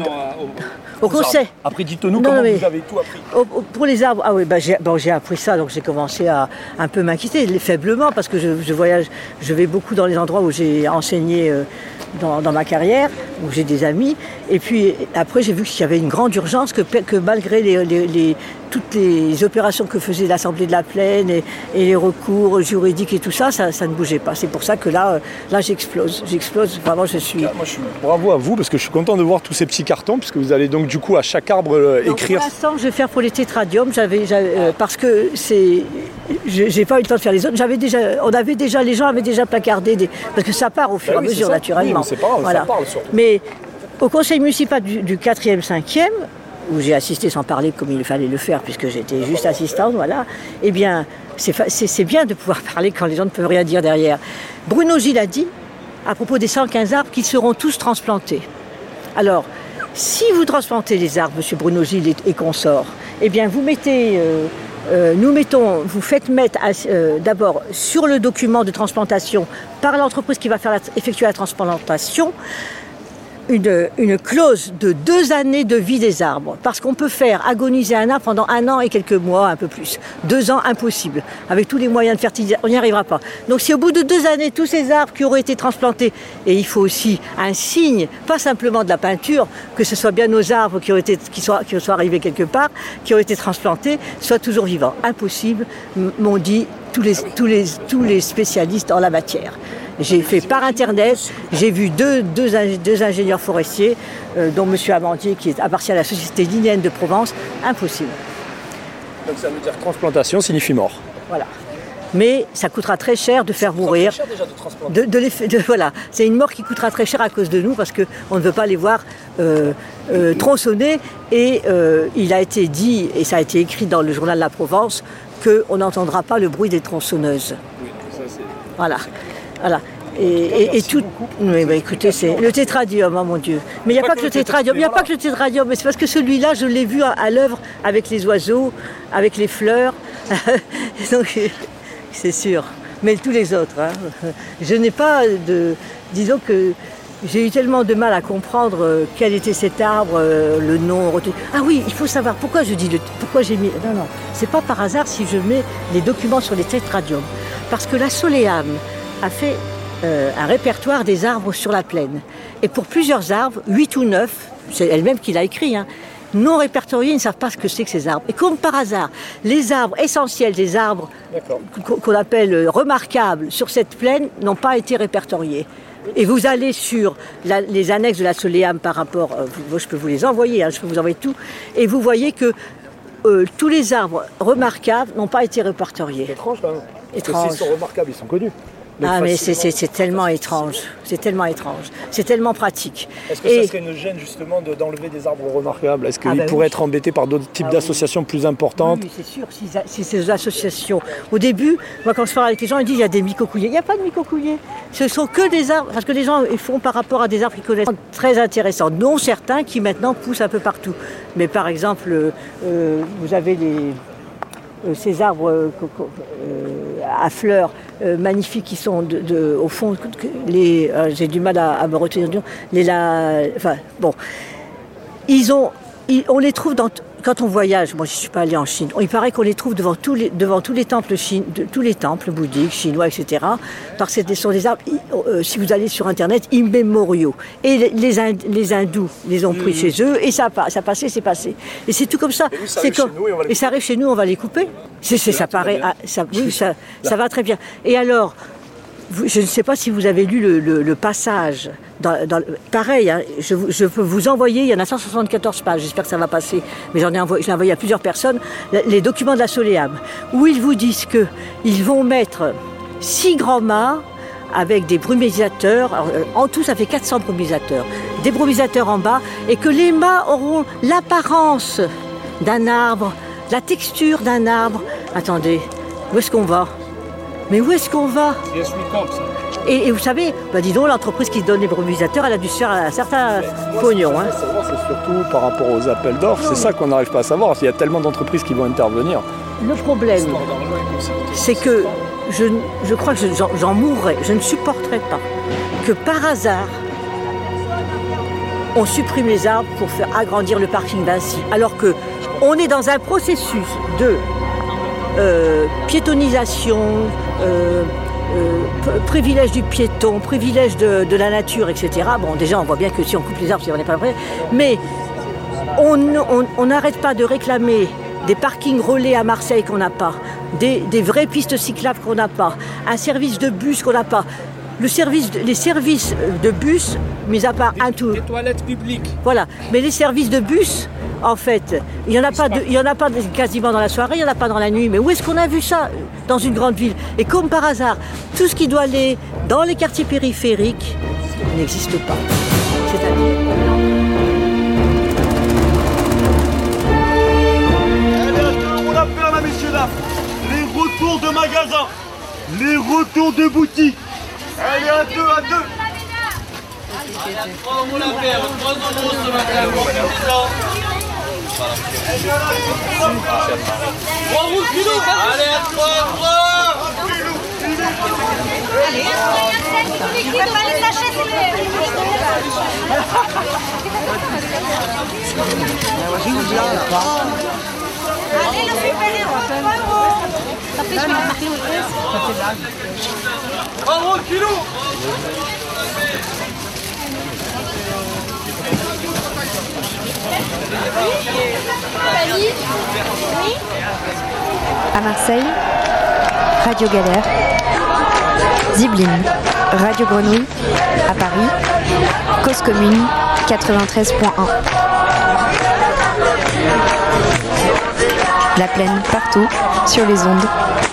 [SPEAKER 13] au conseil.
[SPEAKER 21] Après, dites-nous comment mais, vous avez tout appris.
[SPEAKER 13] Au, pour les arbres, ah oui, bah, j'ai, bon, j'ai appris ça, donc j'ai commencé à un peu m'inquiéter, faiblement, parce que je, je voyage, je vais beaucoup dans les endroits où j'ai enseigné euh, dans, dans ma carrière, où j'ai des amis. Et puis après, j'ai vu qu'il y avait une grande urgence, que, que malgré les, les, les, toutes les opérations que faisait l'Assemblée de la Plaine et, et les recours juridiques et tout ça, ça, ça ne bougeait pas. C'est pour ça que là, là j'explose. J'explose, vraiment, je suis...
[SPEAKER 21] Moi, je suis... Bravo à vous, parce que je suis content de voir tous ces petits cartons, puisque vous allez donc du coup à chaque arbre euh,
[SPEAKER 13] donc,
[SPEAKER 21] écrire...
[SPEAKER 13] Pour l'instant, je vais faire pour les tétradiums, j'avais, j'avais, euh, parce que c'est... Je, j'ai pas eu le temps de faire les autres. J'avais déjà, on avait déjà, les gens avaient déjà placardé, des, parce que ça part au fur et ben à oui, mesure, naturellement.
[SPEAKER 21] Oui, mais c'est pas grave,
[SPEAKER 13] voilà.
[SPEAKER 21] Ça parle surtout.
[SPEAKER 13] Mais au conseil municipal du, du quatrième, cinquième, où j'ai assisté sans parler comme il fallait le faire, puisque j'étais juste assistante, voilà, eh bien, c'est, c'est, c'est bien de pouvoir parler quand les gens ne peuvent rien dire derrière. Bruno Gilles a dit, à propos des cent quinze arbres, qu'ils seront tous transplantés. Alors, si vous transplantez les arbres, monsieur Bruno Gilles et, et consorts, eh bien, vous mettez... Euh, Euh, nous mettons, vous faites mettre à, euh, d'abord sur le document de transplantation par l'entreprise qui va faire la, effectuer la transplantation une, une clause de deux années de vie des arbres, parce qu'on peut faire agoniser un arbre pendant un an et quelques mois, un peu plus. Deux ans, impossible. Avec tous les moyens de fertilisation, on n'y arrivera pas. Donc si au bout de deux années, tous ces arbres qui auraient été transplantés, et il faut aussi un signe, pas simplement de la peinture, que ce soit bien nos arbres qui, ont été, qui, soient, qui soient arrivés quelque part, qui ont été transplantés, soient toujours vivants. Impossible, m'ont dit tous les, tous les, tous les spécialistes en la matière. J'ai fait par internet, j'ai vu deux, deux, deux ingénieurs forestiers, euh, dont M. Amandier, qui appartient à la Société Linéenne de Provence. Impossible.
[SPEAKER 21] Donc ça veut dire transplantation signifie mort.
[SPEAKER 13] Voilà. Mais ça coûtera très cher de faire mourir.
[SPEAKER 21] Ça coûte très cher déjà de transplanter.
[SPEAKER 13] De, de les, de, voilà. C'est une mort qui coûtera très cher à cause de nous, parce qu'on ne veut pas les voir euh, euh, tronçonner. Et euh, il a été dit, et ça a été écrit dans le journal La Provence, qu'on n'entendra pas le bruit des tronçonneuses.
[SPEAKER 21] Oui, ça c'est...
[SPEAKER 13] Voilà. Voilà. Et, et, et tout. Oui, bah écoutez, c'est le tétradium, oh mon Dieu. Mais il n'y a pas que le tétradium, il n'y a pas que le tétradium, mais c'est parce que celui-là, je l'ai vu à, à l'œuvre avec les oiseaux, avec les fleurs. Donc, c'est sûr. Mais tous les autres. Hein. Je n'ai pas de. Disons que j'ai eu tellement de mal à comprendre quel était cet arbre, le nom retenu. Ah oui, il faut savoir pourquoi je dis le, pourquoi j'ai mis. Non, non, c'est pas par hasard si je mets les documents sur les tétradiums. Parce que la soléame a fait euh, un répertoire des arbres sur la plaine. Et pour plusieurs arbres, huit ou neuf, c'est elle-même qui l'a écrit, hein, non répertoriés, ils ne savent pas ce que c'est que ces arbres. Et comme par hasard, les arbres essentiels, des arbres qu'on appelle remarquables sur cette plaine, n'ont pas été répertoriés. Et vous allez sur la, les annexes de la Soleam par rapport, euh, vous, je peux vous les envoyer, hein, je peux vous envoyer tout, et vous voyez que euh, tous les arbres remarquables n'ont pas été répertoriés.
[SPEAKER 21] C'est étrange quand même.
[SPEAKER 13] Étrange.
[SPEAKER 21] Parce que s'ils sont remarquables, ils sont connus.
[SPEAKER 13] Donc ah mais c'est, c'est, c'est tellement étrange, c'est tellement étrange, c'est tellement pratique.
[SPEAKER 21] Est-ce que
[SPEAKER 13] Et...
[SPEAKER 21] ça serait une gêne justement de, d'enlever des arbres remarquables? Est-ce qu'ils ah ben pourraient oui. être embêtés par d'autres types ah d'associations oui. plus importantes?
[SPEAKER 13] Oui, c'est sûr, si, si ces associations... Au début, moi quand je parle avec les gens, ils disent il y a des mycocouliers. Il n'y a pas de mycocouliers, ce sont que des arbres, parce que les gens ils font par rapport à des arbres qu'ils connaissent. Très intéressants, dont certains qui maintenant poussent un peu partout. Mais par exemple, euh, vous avez les... ces arbres euh, à fleurs euh, magnifiques qui sont de, de, au fond, les, euh, j'ai du mal à, à me retenir, les, la, enfin bon, ils ont, ils, on les trouve dans, quand on voyage, moi je ne suis pas allée en Chine, il paraît qu'on les trouve devant tous les, devant tous les temples chine, de, tous les temples bouddhiques, chinois, et cetera. Parce que ce sont des arbres, euh, si vous allez sur internet, immémoriaux. Et les, les, Ind, les hindous les ont pris mmh. chez eux et ça, ça passait, c'est passé. Et c'est tout comme ça.
[SPEAKER 21] Et, nous, ça,
[SPEAKER 13] c'est
[SPEAKER 21] arrive
[SPEAKER 13] comme,
[SPEAKER 21] chez nous et, on va les
[SPEAKER 13] et ça arrive chez nous, on va les couper. C'est, c'est, ça paraît, ah, ça, oui, ça, ça va très bien. Et alors, vous, je ne sais pas si vous avez lu le, le, le passage. Dans, dans, pareil, hein, je, je peux vous envoyer, il y en a cent soixante-quatorze pages, j'espère que ça va passer, mais j'en ai envoyé, je l'ai envoyé à plusieurs personnes, les documents de la Soleam, où ils vous disent qu'ils vont mettre six grands mâts avec des brumisateurs, alors, en tout ça fait quatre cents brumisateurs, des brumisateurs en bas, et que les mâts auront l'apparence d'un arbre, la texture d'un arbre. Attendez, où est-ce qu'on va? Mais où est-ce qu'on va? Et, et vous savez, bah dis donc, l'entreprise qui donne les brumisateurs, elle a dû se faire un certain pognon. Hein.
[SPEAKER 21] C'est surtout par rapport aux appels d'offres, c'est ça qu'on n'arrive pas à savoir. Il y a tellement d'entreprises qui vont intervenir.
[SPEAKER 13] Le problème, c'est que je, je crois que je, j'en, j'en mourrais, je ne supporterais pas que par hasard, on supprime les arbres pour faire agrandir le parking d'Annecy. Alors qu'on est dans un processus de euh, piétonisation, euh, Euh, privilège du piéton, privilège de, de la nature, et cetera. Bon, déjà, on voit bien que si on coupe les arbres, on n'est pas prêt. Mais on n'arrête pas de réclamer des parkings relais à Marseille qu'on n'a pas, des, des vraies pistes cyclables qu'on n'a pas, un service de bus qu'on n'a pas. Le service, les services de bus, mis à part un tout.
[SPEAKER 14] Des toilettes publiques.
[SPEAKER 13] Voilà. Mais les services de bus, en fait, il n'y en a pas, de, il y en a pas de, quasiment dans la soirée, il n'y en a pas dans la nuit. Mais où est-ce qu'on a vu ça dans une grande ville? Et comme par hasard, tout ce qui doit aller dans les quartiers périphériques n'existe pas. C'est-à-dire...
[SPEAKER 15] On appelle là, messieurs, là, les retours de magasins, les retours de boutiques. Allez, à deux, à deux.
[SPEAKER 14] Allez, à trois, on la perd. trois euros ce matin. trois roues kilo. Allez, à trois, à trois.
[SPEAKER 9] Allez, il ne faut pas les sachets, c'est les... Allez, le super-héros, trois euros. Ça fait je vais marquer au treize.
[SPEAKER 15] trois euros kilo.
[SPEAKER 10] Oui. À Marseille, Radio Galère. Zibline, Radio Grenouille. À Paris, Cause Commune quatre-vingt-treize point un. La plaine partout sur les ondes